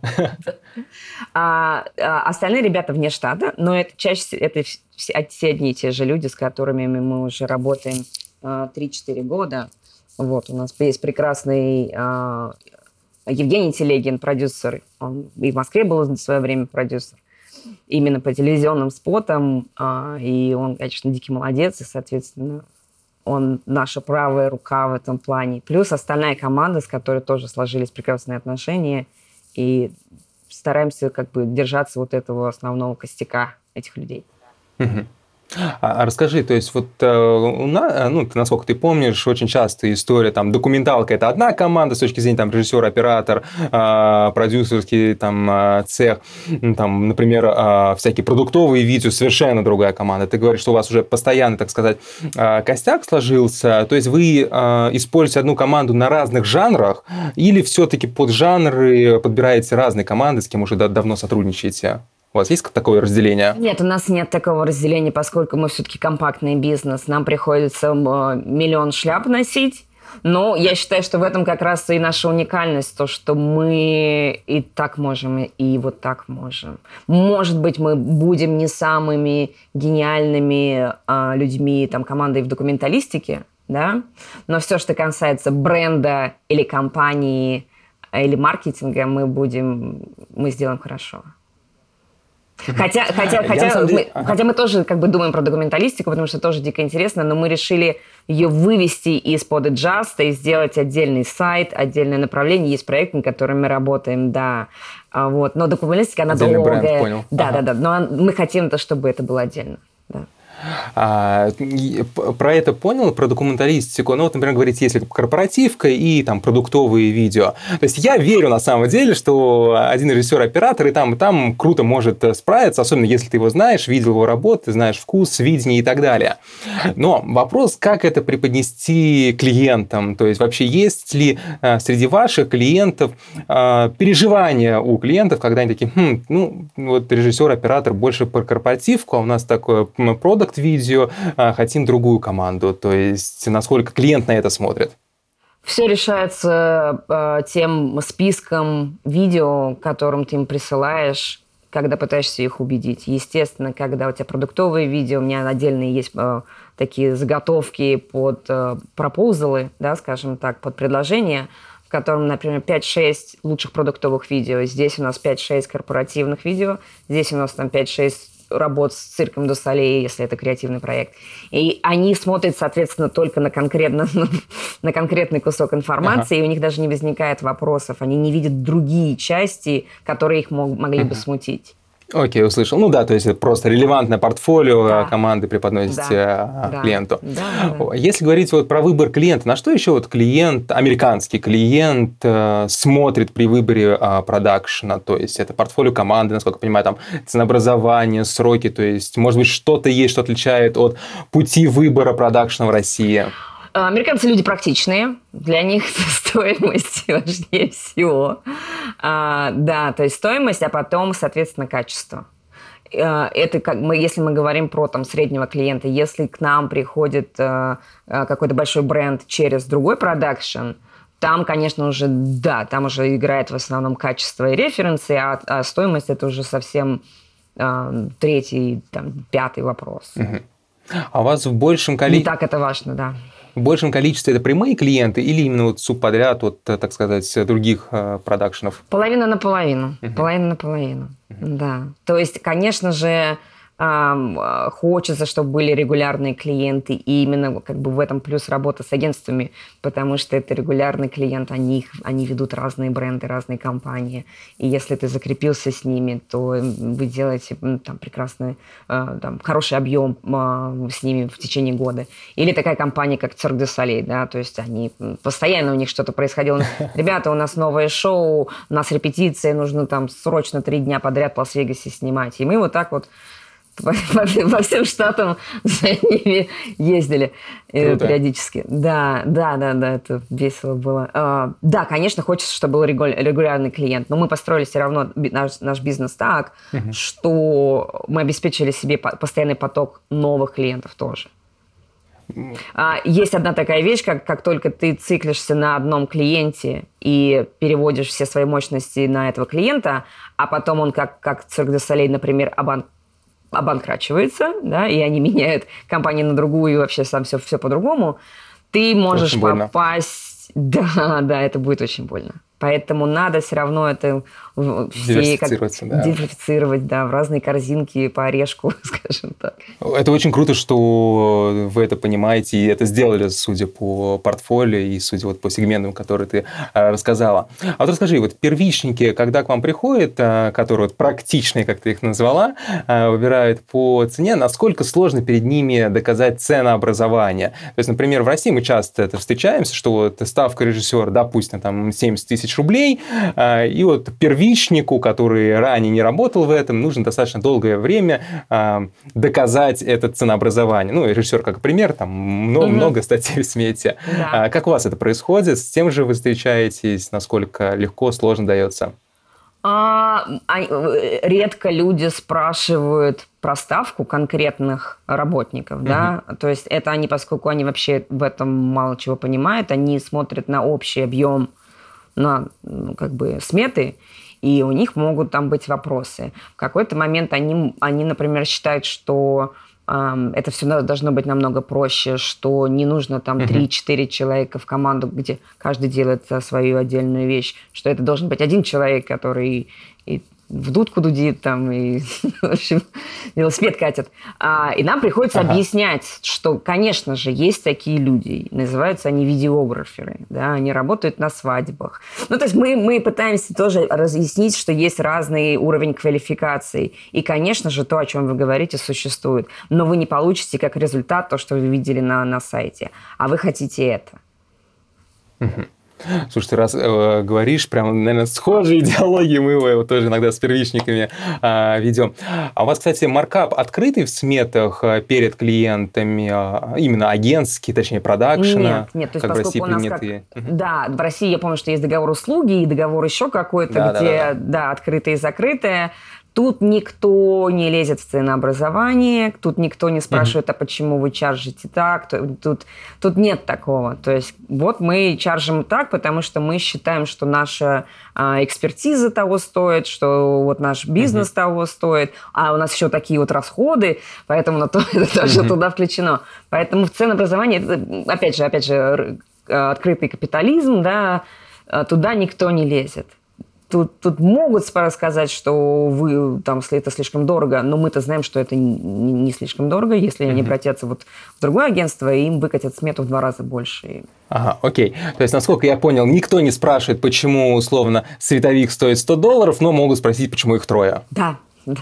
Остальные ребята вне штата, но это все одни и те же люди, с которыми мы уже работаем 3-4 года. Вот, у нас есть прекрасный Евгений Телегин, продюсер. Он и в Москве был в свое время продюсер. Именно по телевизионным спотам. И он, конечно, дикий молодец. И, соответственно, он наша правая рука в этом плане. Плюс остальная команда, с которой тоже сложились прекрасные отношения. И стараемся как бы держаться вот этого основного костяка этих людей. А расскажи, то есть вот у нас, насколько ты помнишь, очень часто история, там, документалка – это одна команда с точки зрения там, режиссер, оператор, продюсерский там, цех, там, например, всякие продуктовые видео – совершенно другая команда. Ты говоришь, что у вас уже постоянно, так сказать, костяк сложился, то есть вы используете одну команду на разных жанрах или все-таки под жанры подбираете разные команды, с кем уже давно сотрудничаете? У вас есть такое разделение? Нет, у нас нет такого разделения, поскольку мы все-таки компактный бизнес. Нам приходится миллион шляп носить. Но я считаю, что в этом как раз и наша уникальность, то, что мы и так можем, и вот так можем. Может быть, мы будем не самыми гениальными людьми, там, командой в документалистике, да? Но все, что касается бренда или компании, или маркетинга, мы сделаем хорошо. Хотя мы тоже как бы думаем про документалистику, потому что тоже дико интересно, но мы решили ее вывести из-под Adjust и сделать отдельный сайт, отдельное направление. Есть проект, над которым мы работаем, да. Вот. Но документалистика, она отдельный долгая. Бренд, понял. Да. Но мы хотим, чтобы это было отдельно. Да. Про это понял, про документалистику. Ну, вот, например, говорить, если корпоративка и там продуктовые видео. То есть я верю на самом деле, что один режиссер-оператор и там круто может справиться, особенно если ты его знаешь, видел его работу, знаешь вкус, видение и так далее. Но вопрос, как это преподнести клиентам? То есть вообще есть ли среди ваших клиентов переживания у клиентов, когда они такие, вот режиссер-оператор больше про корпоративку, а у нас такое продукт-видео, хотим другую команду. То есть насколько клиент на это смотрит? Все решается тем списком видео, которым ты им присылаешь, когда пытаешься их убедить. Естественно, когда у тебя продуктовые видео, у меня отдельные есть такие заготовки под пропозалы, да, скажем так, под предложения, в котором, например, 5-6 лучших продуктовых видео. Здесь у нас 5-6 корпоративных видео, здесь у нас там 5-6 работ с цирком ду Солей, если это креативный проект. И они смотрят, соответственно, только на конкретный кусок информации, и у них даже не возникает вопросов. Они не видят другие части, которые их могли бы смутить. Окей, услышал. Ну да, то есть это просто релевантное портфолио команды преподносите клиенту. Да. Если говорить вот про выбор клиента, на что еще вот клиент, американский клиент, смотрит при выборе продакшена? То есть это портфолио команды, насколько я понимаю, там ценообразование, сроки, то есть может быть что-то есть, что отличает от пути выбора продакшена в России? Американцы люди практичные, для них стоимость важнее всего. Да, то есть стоимость, а потом, соответственно, качество. Это если мы говорим про среднего клиента, если к нам приходит какой-то большой бренд через другой продакшн, там, конечно, уже играет в основном качество и референсы, а стоимость это уже совсем третий, пятый вопрос. А у вас в большем количестве... Не так это важно, да. В большем количестве это прямые клиенты или именно вот субподряд от, так сказать, других продакшенов? Половина на половину. Половина на половину, да. То есть, конечно же, хочется, чтобы были регулярные клиенты, и именно в этом плюс работа с агентствами, потому что это регулярный клиент, они ведут разные бренды, разные компании, и если ты закрепился с ними, то вы делаете прекрасный, хороший объем с ними в течение года. Или такая компания, как Цирк ду Солей, да, то есть они постоянно у них что-то происходило. Ребята, у нас новое шоу, у нас репетиция, нужно срочно 3 дня подряд в Лас-Вегасе снимать, и мы вот так вот по всем штатам за ними ездили периодически. Да, это весело было. Да, конечно, хочется, чтобы был регулярный клиент, но мы построили все равно наш бизнес так, что мы обеспечили себе постоянный поток новых клиентов тоже. Есть одна такая вещь, как только ты циклишься на одном клиенте и переводишь все свои мощности на этого клиента, а потом он, как Цирк ду Солей, например, обанкрачивается, да, и они меняют компанию на другую, и вообще сам все по-другому, ты можешь попасть... Да, это будет очень больно. Поэтому надо все равно это диверсифицировать, да, в разные корзинки по орешку, скажем так. Это очень круто, что вы это понимаете и это сделали, судя по портфолио и судя по сегментам, которые ты рассказала. А вот расскажи, первичники, когда к вам приходят, которые практичные, как ты их назвала, выбирают по цене, насколько сложно перед ними доказать ценообразование? То есть, например, в России мы часто встречаемся, что ставка режиссера, допустим, 70 тысяч рублей, и первичнику, который ранее не работал в этом, нужно достаточно долгое время доказать это ценообразование. Режиссер как пример, много статей в СМИ. Да. Как у вас это происходит? С тем же вы встречаетесь? Насколько легко, сложно дается? Редко люди спрашивают про ставку конкретных работников, да, то есть это они, поскольку они вообще в этом мало чего понимают, они смотрят на общий объем, на сметы, и у них могут быть вопросы. В какой-то момент они, например, считают, что это все должно быть намного проще, что не нужно 3-4 человека в команду, где каждый делает свою отдельную вещь, что это должен быть один человек, который в дудку дудит там и, в общем, велосипед катит. И нам приходится объяснять, что, конечно же, есть такие люди. Называются они видеограферы. Да, они работают на свадьбах. Ну, то есть мы пытаемся тоже разъяснить, что есть разный уровень квалификации. И, конечно же, то, о чем вы говорите, существует. Но вы не получите как результат то, что вы видели на сайте. А вы хотите это. Слушай, ты раз говоришь, прям, наверное, схожие идеологии, мы его тоже иногда с первичниками ведем. А у вас, кстати, маркап открытый в сметах перед клиентами, именно агентский, точнее, продакшена? Нет, то есть как в России поскольку у нас принятые. Да, в России я помню, что есть договор услуги и договор еще какой-то, где открытое и закрытое. Тут никто не лезет в ценообразование, тут никто не спрашивает, а почему вы чаржите так, тут нет такого. То есть вот мы чаржим так, потому что мы считаем, что наша экспертиза того стоит, что вот наш бизнес того стоит, а у нас еще такие вот расходы, поэтому это тоже туда включено. Поэтому в ценообразовании, опять же, открытый капитализм, да, туда никто не лезет. Тут могут сказать, что вы там, если это слишком дорого, но мы-то знаем, что это не слишком дорого, если они обратятся вот в другое агентство, и им выкатят смету в 2 раза больше. Ага, окей. То есть, насколько я понял, никто не спрашивает, почему, условно, световик стоит $100, но могут спросить, почему их 3. Да.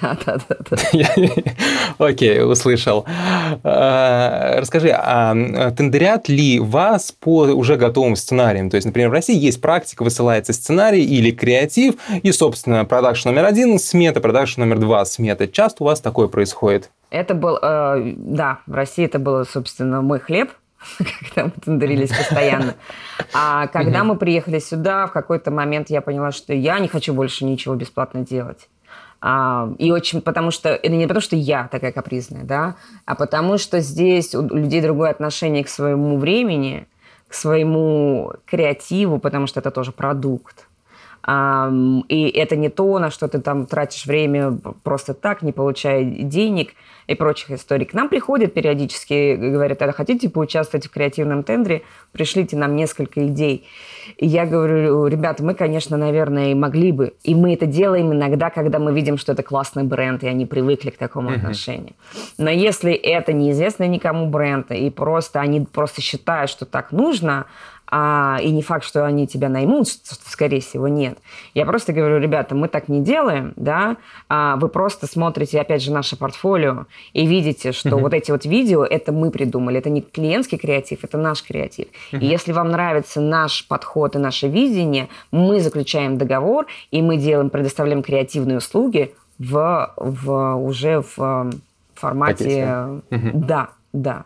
Окей, услышал. Расскажи, а тендерят ли вас по уже готовым сценариям? То есть, например, в России есть практика, высылается сценарий или креатив, и, собственно, продакшн номер 1 смета, продакшн номер 2 смета. Часто у вас такое происходит? Это был, да, в России это было, собственно, мой хлеб, когда мы тендерились постоянно. А когда мы приехали сюда, в какой-то момент я поняла, что я не хочу больше ничего бесплатно делать. И очень, потому что, это не потому, что я такая капризная, да, а потому что здесь у людей другое отношение к своему времени, к своему креативу, потому что это тоже продукт. И это не то, на что ты там тратишь время просто так, не получая денег и прочих историй. К нам приходят периодически, говорят, а хотите поучаствовать в креативном тендере, пришлите нам несколько идей. И я говорю, ребята, мы, конечно, наверное, и могли бы. И мы это делаем иногда, когда мы видим, что это классный бренд, и они привыкли к такому отношению. Но если это неизвестный никому бренд, и они просто считают, что так нужно, и не факт, что они тебя наймут, что, скорее всего, нет. Я просто говорю, ребята, мы так не делаем, да, вы просто смотрите, опять же, наше портфолио и видите, что вот эти вот видео, это мы придумали, это не клиентский креатив, это наш креатив. И если вам нравится наш подход и наше видение, мы заключаем договор, и мы предоставляем креативные услуги уже в формате... Да.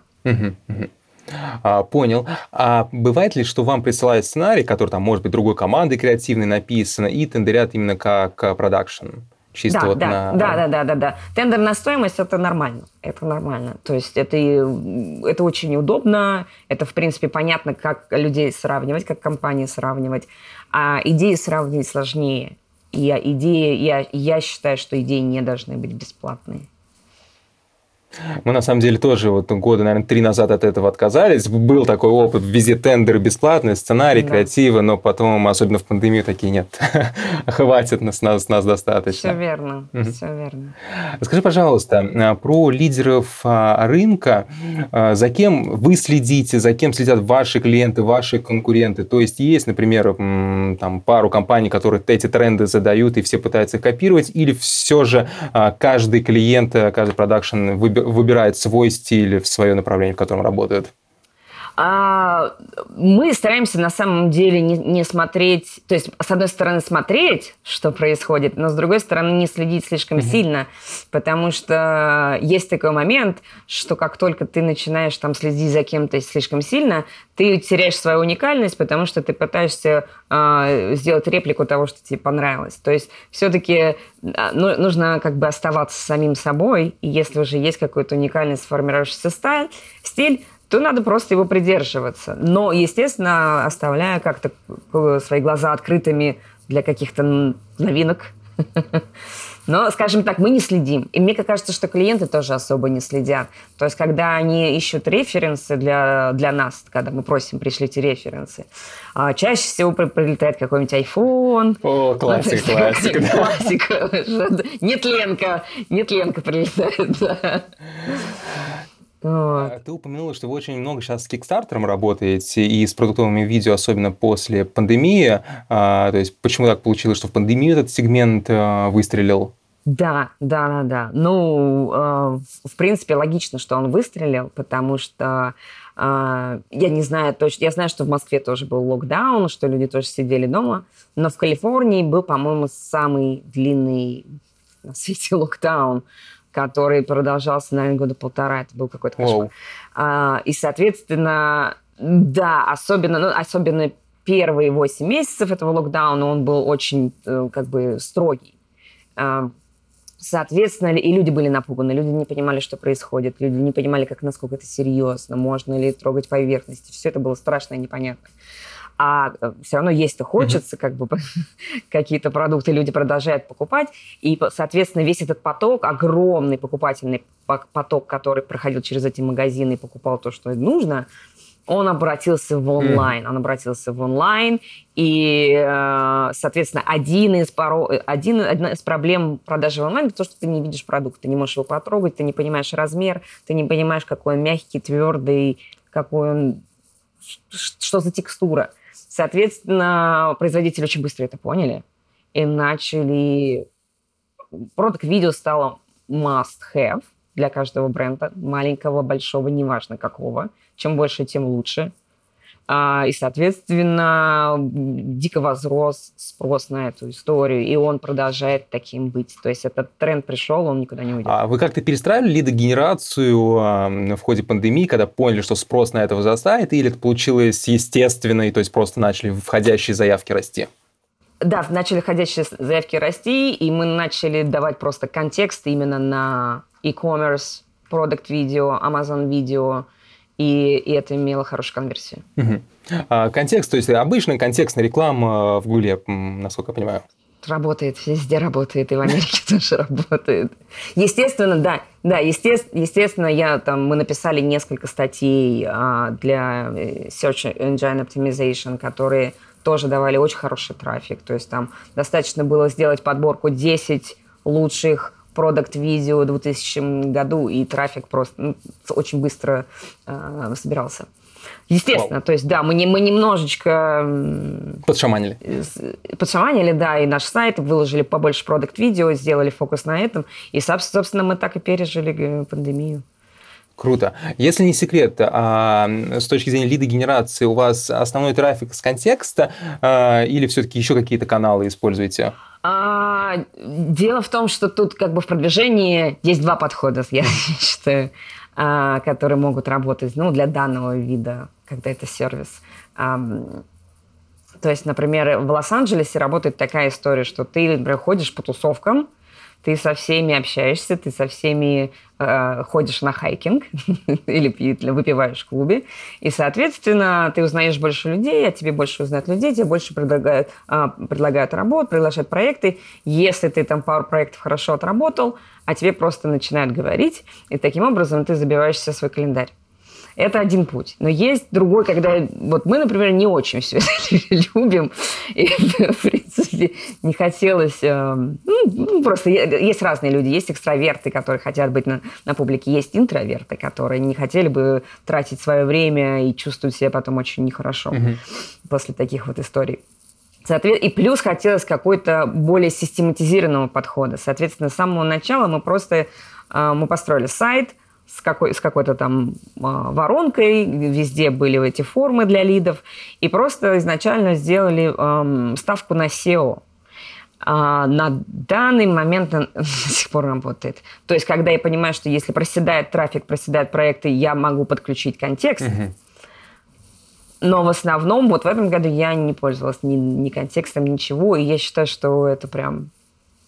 Понял. А бывает ли, что вам присылают сценарий, который там, может быть, другой командой креативной написан, и тендерят именно как продакшн? Чисто Да. Тендер на стоимость – это нормально. Это нормально. То есть это очень удобно. Это, в принципе, понятно, как людей сравнивать, как компании сравнивать. А идеи сравнивать сложнее. Я считаю, что идеи не должны быть бесплатные. Мы, на самом деле, тоже года, наверное, 3 назад от этого отказались. Был такой опыт, везде тендеры бесплатные, сценарий, креативы, но потом, особенно в пандемию, такие нет. Хватит нас достаточно. Все верно, все верно. Скажи, пожалуйста, про лидеров рынка. За кем вы следите, за кем следят ваши клиенты, ваши конкуренты? То есть, есть, например, там, пару компаний, которые эти тренды задают, и все пытаются их копировать, или все же каждый клиент, каждый продакшн выбирает свой стиль, в свое направление, в котором работают? Мы стараемся на самом деле не смотреть, то есть, с одной стороны, смотреть, что происходит, но с другой стороны, не следить слишком сильно, потому что есть такой момент, что как только ты начинаешь там следить за кем-то слишком сильно, ты теряешь свою уникальность, потому что ты пытаешься сделать реплику того, что тебе понравилось. То есть все-таки нужно как бы оставаться самим собой, и если уже есть какой-то уникальный сформировавшийся стиль, то надо просто его придерживаться. Но, естественно, оставляя как-то свои глаза открытыми для каких-то новинок. Но, скажем так, мы не следим. И мне кажется, что клиенты тоже особо не следят. То есть, когда они ищут референсы для нас, когда мы просим, пришлите референсы, чаще всего прилетает какой-нибудь iPhone. О, классика. Классика. Нетленка прилетает, да. Вот. Ты упомянула, что вы очень много сейчас с Kickstarter работаете и с продуктовыми видео, особенно после пандемии. То есть почему так получилось, что в пандемию этот сегмент выстрелил? Да. Ну, в принципе, логично, что он выстрелил, потому что я не знаю точно. Я знаю, что в Москве тоже был локдаун, что люди тоже сидели дома, но в Калифорнии был, по-моему, самый длинный на свете локдаун, который продолжался, наверное, 1.5 года. Это был какой-то кошмар. И, соответственно, да, особенно первые 8 месяцев этого локдауна он был очень, строгий. Соответственно, и люди были напуганы, люди не понимали, что происходит, люди не понимали, насколько это серьезно, можно ли трогать поверхности. Все это было страшно и непонятно. А все равно есть-то хочется, какие-то продукты люди продолжают покупать. И, соответственно, весь этот поток, огромный покупательный поток, который проходил через эти магазины и покупал то, что нужно, он обратился в онлайн. И, соответственно, одна из проблем продажи в онлайн – это то, что ты не видишь продукт, ты не можешь его потрогать, ты не понимаешь размер, ты не понимаешь, какой он мягкий, твердый, что за текстура. Соответственно, производители очень быстро это поняли и начали... Продакт-видео стало must-have для каждого бренда, маленького, большого, неважно какого. Чем больше, тем лучше. И, соответственно, дико возрос спрос на эту историю, и он продолжает таким быть. То есть этот тренд пришел, он никуда не уйдет. А вы как-то перестраивали лидогенерацию в ходе пандемии, когда поняли, что спрос на это возрастает, или это получилось естественно, и то есть просто начали входящие заявки расти? Да, начали входящие заявки расти, и мы начали давать просто контекст именно на e-commerce, продакт-видео, Amazon-видео, и это имело хорошую конверсию. Контекст, то есть обычная контекстная реклама в Гугле, насколько я понимаю. Работает, везде работает, и в Америке тоже работает. Естественно, да, естественно, мы написали несколько статей для Search Engine Optimization, которые тоже давали очень хороший трафик. То есть там достаточно было сделать подборку 10 лучших продакт-видео в 2000 году, и трафик просто очень быстро собирался. Естественно, то есть, да, мы немножечко... Подшаманили, да, и наш сайт, выложили побольше продакт-видео, сделали фокус на этом, и, собственно, мы так и пережили пандемию. Круто. Если не секрет, с точки зрения лидогенерации у вас основной трафик с контекста или все-таки еще какие-то каналы используете? Дело в том, что тут в продвижении есть два подхода, я считаю, которые могут работать для данного вида, когда это сервис. То есть, например, в Лос-Анджелесе работает такая история, что ты, например, ходишь по тусовкам, ты со всеми общаешься, ты со всеми ходишь на хайкинг или выпиваешь в клубе, и, соответственно, ты узнаешь больше людей, а тебе больше узнают людей, тебе больше предлагают работу, приглашают проекты. Если ты там пару проектов хорошо отработал, а тебе просто начинают говорить, и таким образом ты забиваешься в свой календарь. Это один путь. Но есть другой, когда... мы, например, не очень все это любим. И, в принципе, не хотелось... просто есть разные люди. Есть экстраверты, которые хотят быть на публике. Есть интроверты, которые не хотели бы тратить свое время и чувствуют себя потом очень нехорошо после таких историй. И плюс хотелось какой-то более систематизированного подхода. Соответственно, с самого начала мы построили сайт, с какой-то там воронкой, везде были эти формы для лидов, и просто изначально сделали ставку на SEO. На данный момент до сих пор работает. То есть, когда я понимаю, что если проседает трафик, проседают проекты, я могу подключить контекст, но в основном в этом году я не пользовалась ни контекстом, ничего, и я считаю, что это прям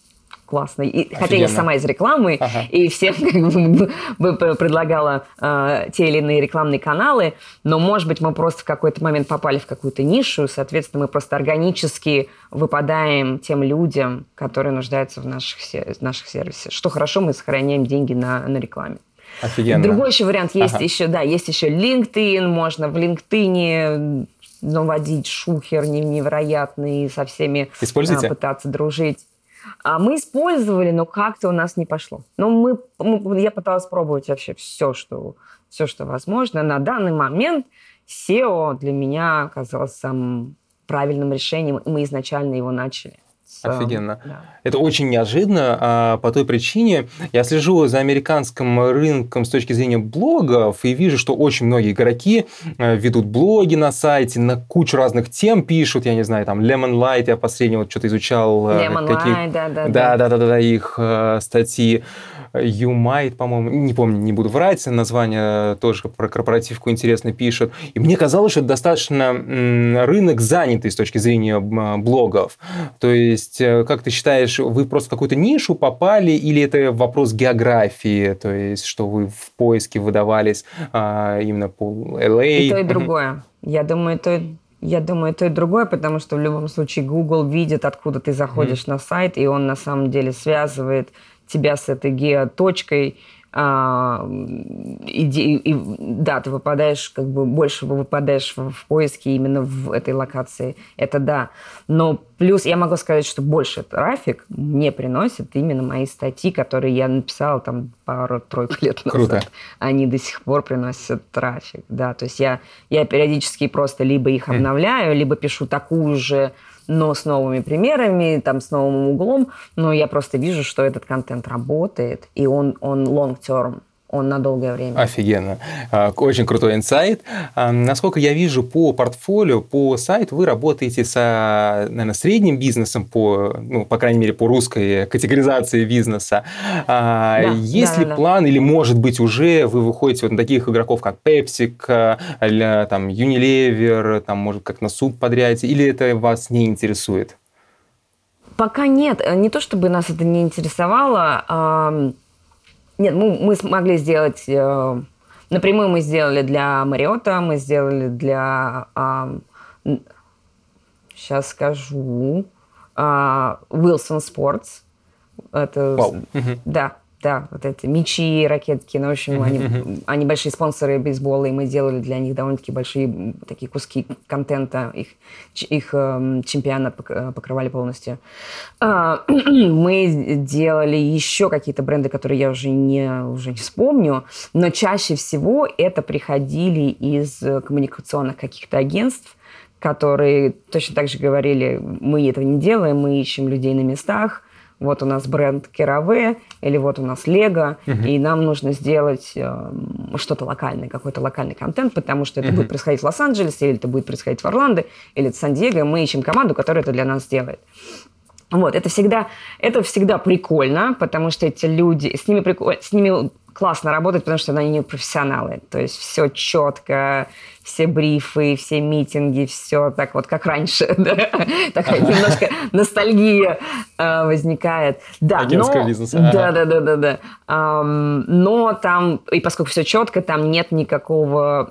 классно. Хотя я сама из рекламы, и всем предлагала те или иные рекламные каналы, но, может быть, мы просто в какой-то момент попали в какую-то нишу, соответственно, мы просто органически выпадаем тем людям, которые нуждаются в наших сервисах. Что хорошо, мы сохраняем деньги на рекламе. Офигенно. Другой еще вариант есть еще LinkedIn, можно в LinkedIn наводить шухер невероятный, со всеми пытаться дружить. Мы использовали, но как-то у нас не пошло. Но я пыталась пробовать вообще все, что возможно. На данный момент SEO для меня оказалось самым правильным решением, и мы изначально его начали. Офигенно. Да. Это очень неожиданно по той причине, я слежу за американским рынком с точки зрения блогов и вижу, что очень многие игроки ведут блоги на сайте, на кучу разных тем пишут, я не знаю, там Lemon Light, я последнего что-то изучал. Lemon Light, да, их статьи. YouMight, по-моему, не помню, не буду врать, название тоже про корпоративку интересно пишут. И мне казалось, что это достаточно рынок занятый с точки зрения блогов. То есть, как ты считаешь, вы просто в какую-то нишу попали, или это вопрос географии, то есть, что вы в поиске выдавались именно по LA? И то, и другое. Я думаю, то и другое, потому что в любом случае Google видит, откуда ты заходишь на сайт, и он на самом деле связывает тебя с этой геоточкой, ты выпадаешь, больше выпадаешь в поиске именно в этой локации. Это да. Но плюс я могу сказать, что больше трафик мне приносит именно мои статьи, которые я написала там пару-тройку лет назад. Круто. Они до сих пор приносят трафик. Да. То есть я периодически просто либо их обновляю, либо пишу такую же, но с новыми примерами, там, с новым углом, но я просто вижу, что этот контент работает, и он long term, он на долгое время. Офигенно. Очень крутой инсайт. Насколько я вижу по портфолио, по сайту, вы работаете с, наверное, средним бизнесом, по крайней мере, по русской категоризации бизнеса. Есть ли план, или, может быть, уже вы выходите на таких игроков, как Pepsi, там, Unilever, там, может, как на суд подряде, или это вас не интересует? Пока нет. Не то, чтобы нас это не интересовало. Нет, мы смогли сделать... Напрямую мы сделали для Marriott, мы сделали для... сейчас скажу... Wilson Sports. Это... Да, вот эти мячи, ракетки. Ну, в общем, они большие спонсоры бейсбола, и мы делали для них довольно-таки большие такие куски контента. Их чемпионат покрывали полностью. Мы делали еще какие-то бренды, которые я уже не вспомню, но чаще всего это приходили из коммуникационных каких-то агентств, которые точно так же говорили, мы этого не делаем, мы ищем людей на местах. Вот у нас бренд CeraVe, или вот у нас Lego, и нам нужно сделать что-то локальное, какой-то локальный контент, потому что это будет происходить в Лос-Анджелесе, или это будет происходить в Орландо, или в Сан-Диего. Мы ищем команду, которая это для нас сделает. Вот, это всегда прикольно, потому что эти люди, с ними классно работать, потому что они профессионалы. То есть все четко, все брифы, все митинги, все так вот, как раньше. Да? Такая немножко ностальгия возникает. Агентского бизнеса. Да. Но там, и поскольку все четко, там нет никакого...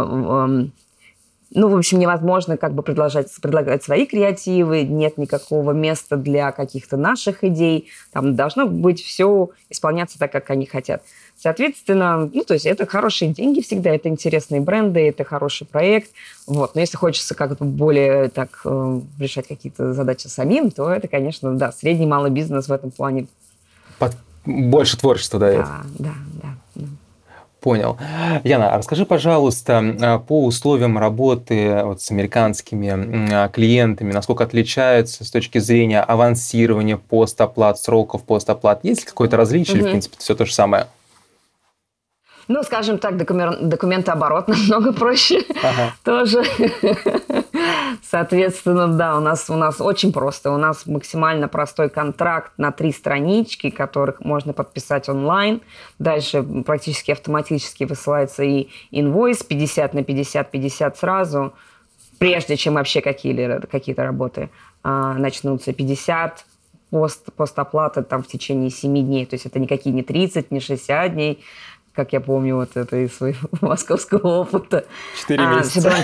в общем, невозможно предлагать свои креативы, нет никакого места для каких-то наших идей. Там должно быть все исполняться так, как они хотят. Соответственно, то есть это хорошие деньги всегда, это интересные бренды, это хороший проект. Вот. Но если хочется как-то более решать какие-то задачи самим, то это, конечно, средний малый бизнес в этом плане. Больше творчества дает. Да. Понял. Яна, расскажи, пожалуйста, по условиям работы с американскими клиентами, насколько отличаются с точки зрения авансирования постоплат, сроков постоплат? Есть ли какое-то различие или, в принципе, все то же самое? Скажем так, документооборот намного проще тоже. Соответственно, у нас очень просто. У нас максимально простой контракт на 3 странички, которых можно подписать онлайн. Дальше практически автоматически высылается и инвойс 50 на 50, 50 сразу, прежде чем вообще какие-то работы начнутся. 50 постоплата там в течение 7 дней. То есть это никакие не 30, не 60 дней, как я помню вот это из своего московского опыта. 4 месяца.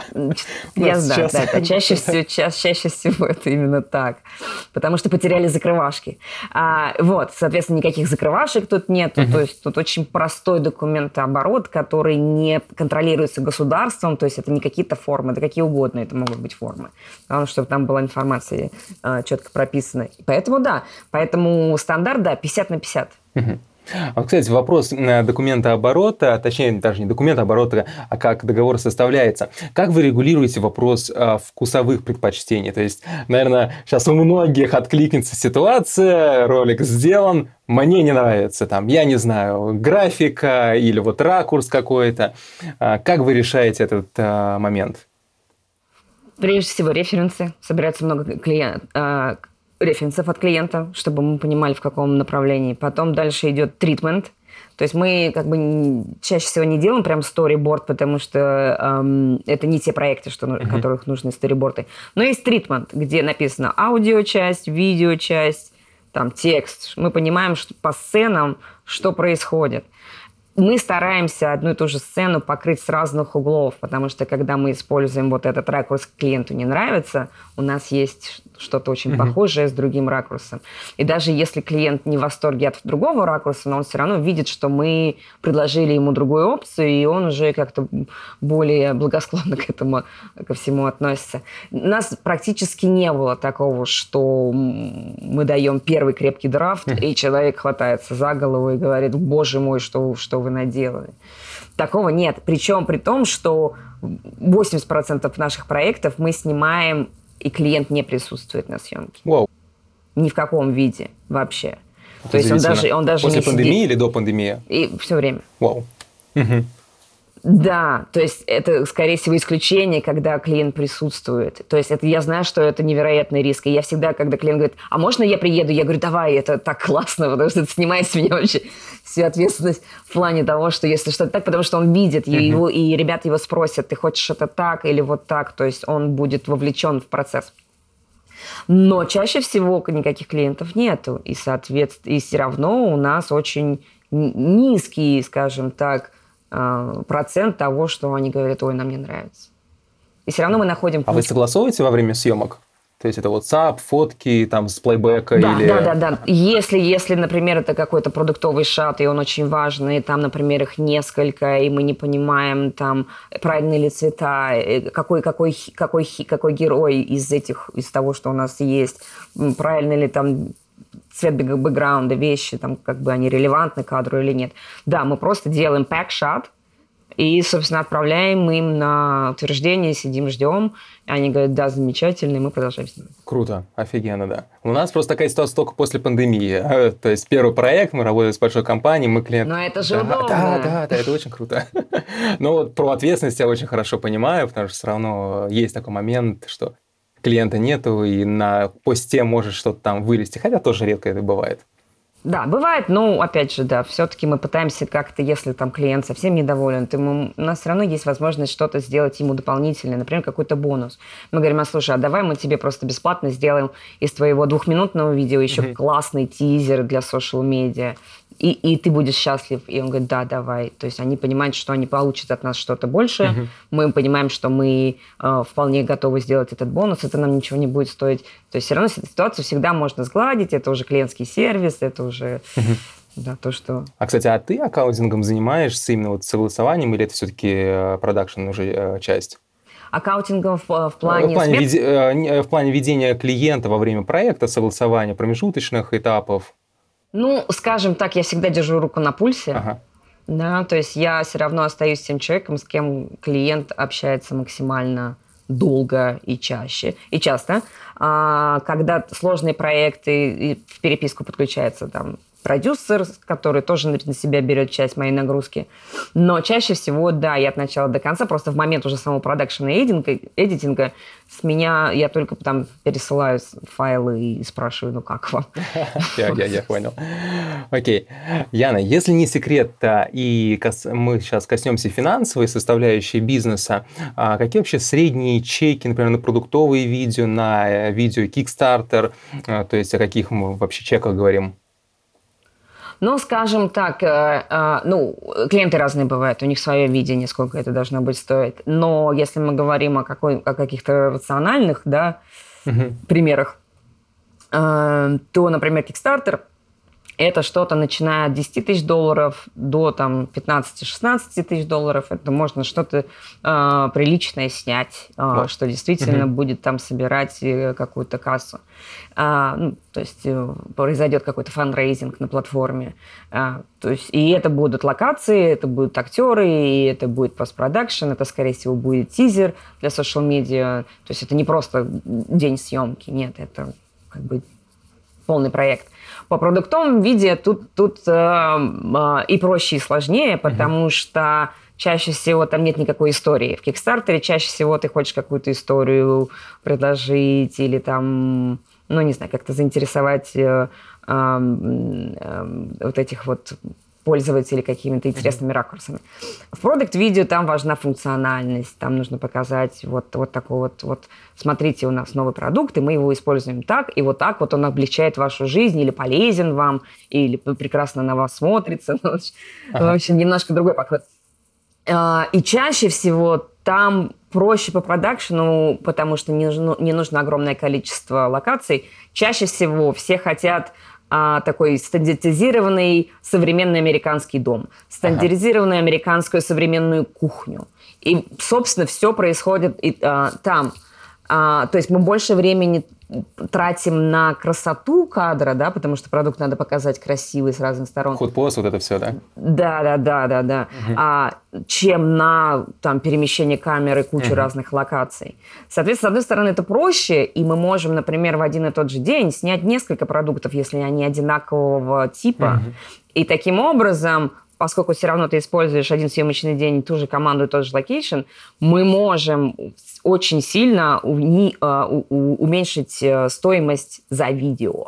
Я знаю, да, чаще всего это именно так. Потому что потеряли закрывашки. Вот, соответственно, никаких закрывашек тут нет. То есть тут очень простой документооборот, который не контролируется государством. То есть это не какие-то формы, да какие угодно это могут быть формы. Главное, чтобы там была информация четко прописана. Поэтому да, стандарт, да, 50/50. Кстати, вопрос документооборота, точнее, даже не документооборота, а как договор составляется. Как вы регулируете вопрос вкусовых предпочтений? То есть, наверное, сейчас у многих откликнется ситуация, ролик сделан, мне не нравится, там, я не знаю, графика или вот ракурс какой-то. Как вы решаете этот момент? Прежде всего, референсы. Собирается много референсов от клиента, чтобы мы понимали, в каком направлении. Потом дальше идет тритмент. То есть мы как бы чаще всего не делаем прям сториборд, потому что это не те проекты, которых нужны сториборды. Но есть тритмент, где написано аудиочасть, видеочасть, там текст. Мы понимаем, что по сценам, что происходит. Мы стараемся одну и ту же сцену покрыть с разных углов, потому что когда мы используем вот этот ракурс, клиенту не нравится, у нас есть что-то очень похожее с другим ракурсом. И даже если клиент не в восторге от другого ракурса, но он все равно видит, что мы предложили ему другую опцию, и он уже как-то более благосклонно к этому, ко всему относится. У нас практически не было такого, что мы даем первый крепкий драфт, и человек хватается за голову и говорит: боже мой, что вы наделали. Такого нет. Причем при том, что 80% наших проектов мы снимаем, и клиент не присутствует на съемке. Wow. Ни в каком виде вообще. То есть он даже после не пандемии сидит. Или до пандемии? И все время. Вау. Да, то есть это, скорее всего, исключение, когда клиент присутствует. То есть это, я знаю, что это невероятный риск. И я всегда, когда клиент говорит: а можно я приеду? Я говорю: давай, это так классно, потому что это снимает с меня вообще всю ответственность в плане того, что если что-то так, потому что он видит, его, и ребята его спросят: ты хочешь это так или вот так? То есть он будет вовлечен в процесс. Но чаще всего никаких клиентов нету. И, соответственно, и все равно у нас очень низкий, скажем так, процент того, что они говорят: ой, нам не нравится. И все равно мы находим... А вы согласовываете во время съемок? То есть это WhatsApp, фотки там с плейбека да, или... Да. Если, например, это какой-то продуктовый шат, и он очень важный, там, например, их несколько, и мы не понимаем, там, правильные ли цвета, какой герой из того, что у нас есть, правильно ли там цвет бэкграунда, вещи, там, как бы они релевантны кадру или нет. Да, мы просто делаем пэк-шат и, собственно, отправляем им на утверждение, сидим, ждем. Они говорят: да, замечательно, и мы продолжаем снимать. Круто, офигенно, да. У нас просто такая ситуация только после пандемии. То есть первый проект, мы работали с большой компанией, мы клиент... Но это же удобно. Да, это очень круто. Но вот про ответственность я очень хорошо понимаю, потому что все равно есть такой момент, что клиента нету, и на посте может что-то там вылезти, хотя тоже редко это бывает. Да, бывает, но, опять же, да, все-таки мы пытаемся как-то, если там клиент совсем недоволен, то у нас все равно есть возможность что-то сделать ему дополнительное, например, какой-то бонус. Мы говорим: слушай, а давай мы тебе просто бесплатно сделаем из твоего 2-минутного видео еще классный тизер для социал-медиа, и ты будешь счастлив. И он говорит: да, давай. То есть они понимают, что они получат от нас что-то большее. Мы понимаем, что мы вполне готовы сделать этот бонус, это нам ничего не будет стоить. То есть все равно ситуацию всегда можно сгладить, это уже клиентский сервис, это уже да, то, что... А, кстати, а ты аккаунтингом занимаешься именно вот согласованием, или это все-таки продакшн уже часть? Аккаунтингом в плане... В плане ведения клиента во время проекта, согласования промежуточных этапов. Ну, скажем так, я всегда держу руку на пульсе. Ага. Да, то есть я все равно остаюсь тем человеком, с кем клиент общается максимально долго и чаще, и часто. Когда сложные проекты, и в переписку подключается там продюсер, который тоже на себя берет часть моей нагрузки. Но чаще всего, да, я от начала до конца, просто в момент уже самого продакшена и эдитинга с меня, я только там пересылаю файлы и спрашиваю, ну как вам? Я понял. Окей. Яна, если не секрет, и мы сейчас коснемся финансовой составляющей бизнеса, какие вообще средние чеки, например, на продуктовые видео, на видео Kickstarter, то есть о каких мы вообще чеках говорим? Ну, скажем так, клиенты разные бывают, у них свое видение, сколько это должно быть стоить. Но если мы говорим о каких-то рациональных, да, примерах, то, например, Kickstarter – это что-то, начиная от $10 тысяч до там, 15-16 тысяч долларов. Это можно что-то приличное снять, что действительно будет там собирать какую-то кассу. То есть произойдет какой-то фандрейзинг на платформе. То есть, и это будут локации, это будут актеры, и это будет постпродакшн, это, скорее всего, будет тизер для social-медиа. То есть это не просто день съемки, нет, это как бы полный проект. По продуктовому виде тут и проще, и сложнее, потому что чаще всего там нет никакой истории. В Kickstarter чаще всего ты хочешь какую-то историю предложить или там, ну, не знаю, как-то заинтересовать вот этих вот пользователей какими-то интересными ракурсами. В продакт-видео там важна функциональность, там нужно показать вот такой вот, смотрите, у нас новый продукт, и мы его используем так, и вот так вот он облегчает вашу жизнь, или полезен вам, или прекрасно на вас смотрится. В общем, немножко другой подход. И чаще всего там проще по продакшену, потому что не нужно огромное количество локаций. Чаще всего все хотят такой стандартизированный современный американский дом, стандартизированную американскую современную кухню. И, собственно, все происходит там. То есть мы больше времени тратим на красоту кадра, да, потому что продукт надо показать красивый с разных сторон. Ход-пост, вот это все, да? Да. Чем на там, перемещение камеры, кучу разных локаций. Соответственно, с одной стороны, это проще, и мы можем, например, в один и тот же день снять несколько продуктов, если они одинакового типа. И таким образом, поскольку все равно ты используешь один съемочный день, ту же команду и тот же локейшн, мы можем очень сильно уменьшить стоимость за видео.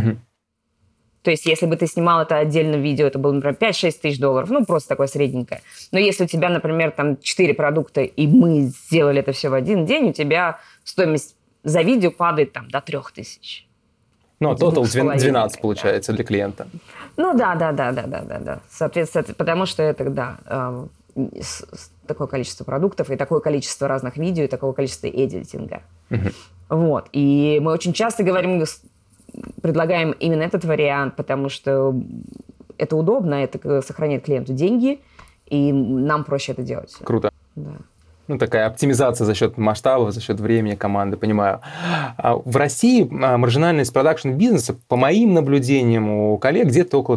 То есть, если бы ты снимал это отдельно видео, это было, например, 5-6 тысяч долларов, ну, просто такое средненькое. Но если у тебя, например, там 4 продукта, и мы сделали это все в один день, у тебя стоимость за видео падает там до 3000. Ну, тотал 12 получается для клиента. Ну, да. Соответственно, потому что это, такое количество продуктов, и такое количество разных видео, и такое количество эдитинга. Вот. И мы очень часто предлагаем именно этот вариант, потому что это удобно, это сохраняет клиенту деньги, и нам проще это делать. Круто. Да. Ну, такая оптимизация за счет масштабов, за счет времени команды, понимаю. В России маржинальность продакшн-бизнеса, по моим наблюдениям у коллег, где-то около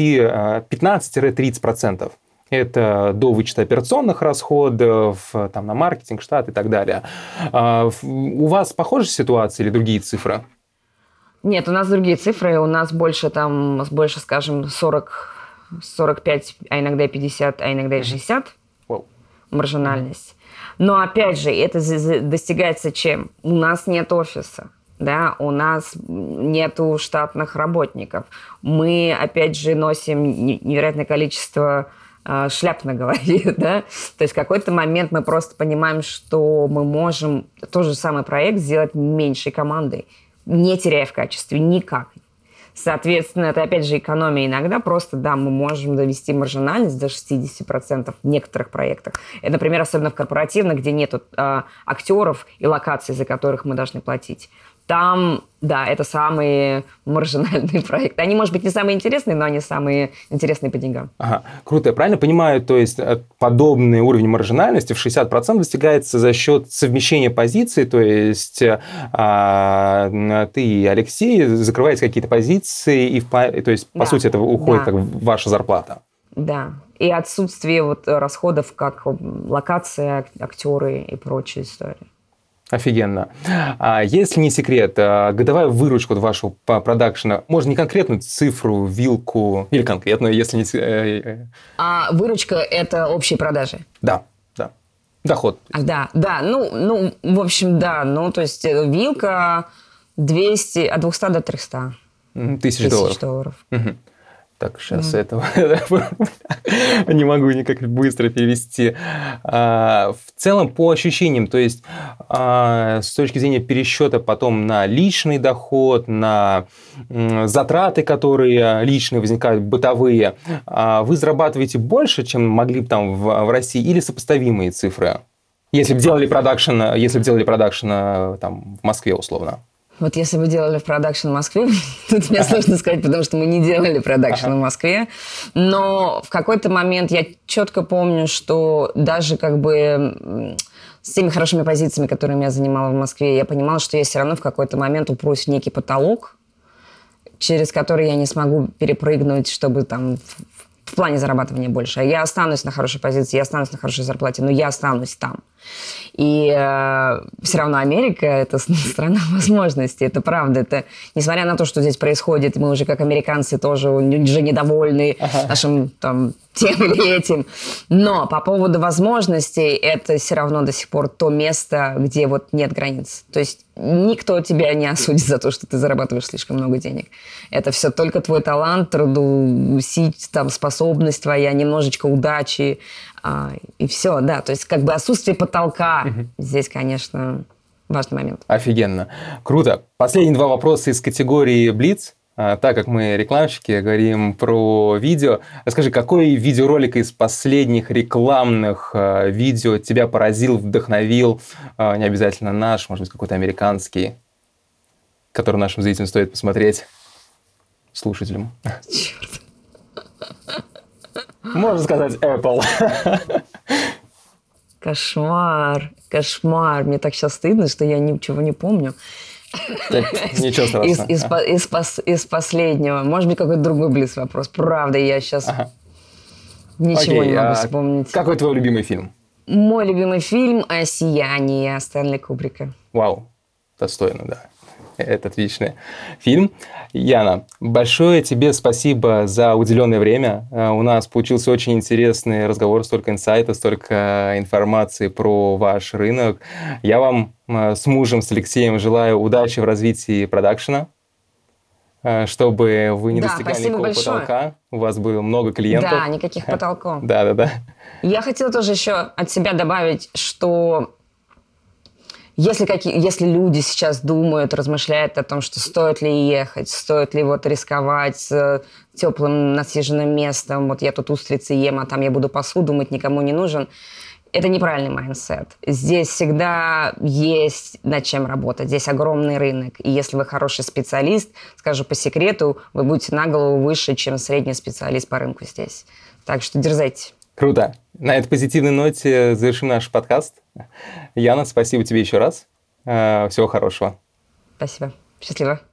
15-30%. Это до вычета операционных расходов, там, на маркетинг, штат и так далее. У вас похожая ситуация или другие цифры? Нет, у нас другие цифры. У нас больше, скажем, 45, а иногда и 50, а иногда и 60 маржинальность. Но, опять же, это достигается чем? У нас нет офиса. Да, у нас нету штатных работников. Мы, опять же, носим невероятное количество шляп на голове, да, то есть в какой-то момент мы просто понимаем, что мы можем тот же самый проект сделать меньшей командой, не теряя в качестве никак. Соответственно, это, опять же, экономия иногда. Просто, да, мы можем довести маржинальность до 60% в некоторых проектах. Это, например, особенно в корпоративных, где нету актеров и локаций, за которых мы должны платить. Там, да, это самые маржинальные проекты. Они, может быть, не самые интересные, но они самые интересные по деньгам. Ага, круто. Я правильно понимаю, то есть подобный уровень маржинальности в 60% достигается за счет совмещения позиций, то есть ты и Алексей закрываете какие-то позиции, и то есть, по сути, это уходит как ваша зарплата. Да, и отсутствие расходов, как локация, актеры и прочие истории. Офигенно. А если не секрет, годовая выручка вашего продакшена, можно не конкретную цифру, вилку, или конкретную, если не... А выручка – это общие продажи? Да, да. Доход. Да, в общем, да. Ну, то есть вилка от 200 до 300 тысяч долларов. Угу. Так, сейчас этого не могу никак быстро перевести. В целом, по ощущениям, то есть с точки зрения пересчета потом на личный доход, на затраты, которые личные возникают, бытовые, вы зарабатываете больше, чем могли бы там в России, или сопоставимые цифры? Если бы делали продакшн там в Москве, условно. Вот если бы делали в продакшн в Москве, тут мне сложно сказать, потому что мы не делали продакшн в Москве, но в какой-то момент я четко помню, что даже как бы с теми хорошими позициями, которыми я занимала в Москве, я понимала, что я все равно в какой-то момент упрусь в некий потолок, через который я не смогу перепрыгнуть, чтобы там в плане зарабатывания больше. Я останусь на хорошей позиции, я останусь на хорошей зарплате, но я останусь там. И все равно Америка – это страна возможностей, это правда. Это, несмотря на то, что здесь происходит, мы уже как американцы тоже уже недовольны нашим там, тем или этим. Но по поводу возможностей, это все равно до сих пор то место, где вот нет границ. То есть никто тебя не осудит за то, что ты зарабатываешь слишком много денег. Это все только твой талант, трудоусить, там, способность твоя, немножечко удачи. И все, да. То есть как бы отсутствие потолка здесь, конечно, важный момент. Офигенно. Круто. Последние два вопроса из категории Блиц. Так как мы рекламщики, говорим про видео. Расскажи, какой видеоролик из последних рекламных видео тебя поразил, вдохновил? Не обязательно наш, может быть, какой-то американский, который нашим зрителям стоит посмотреть, слушателям. Черт. Можно сказать Apple. Кошмар. Мне так сейчас стыдно, что я ничего не помню. Ничего страшного. Из последнего. Может быть, какой-то другой Блиц вопрос. Правда, я сейчас ничего не могу вспомнить. Какой твой любимый фильм? Мой любимый фильм «Сияние» Стэнли Кубрика. Вау, достойно, да. Это отличный фильм. Яна, большое тебе спасибо за уделенное время. У нас получился очень интересный разговор, столько инсайтов, столько информации про ваш рынок. Я вам с мужем, с Алексеем, желаю удачи в развитии продакшена, чтобы вы не достигали никакого потолка. У вас было много клиентов. Да, никаких потолков. Да. Я хотела тоже еще от себя добавить, что если люди сейчас думают, размышляют о том, что стоит ли ехать, стоит ли вот рисковать с теплым насиженным местом, вот я тут устрицы ем, а там я буду посуду мыть, никому не нужен, это неправильный майндсет. Здесь всегда есть над чем работать, здесь огромный рынок, и если вы хороший специалист, скажу по секрету, вы будете на голову выше, чем средний специалист по рынку здесь. Так что дерзайте. Круто. На этой позитивной ноте завершим наш подкаст. Яна, спасибо тебе еще раз. Всего хорошего. Спасибо. Счастливо.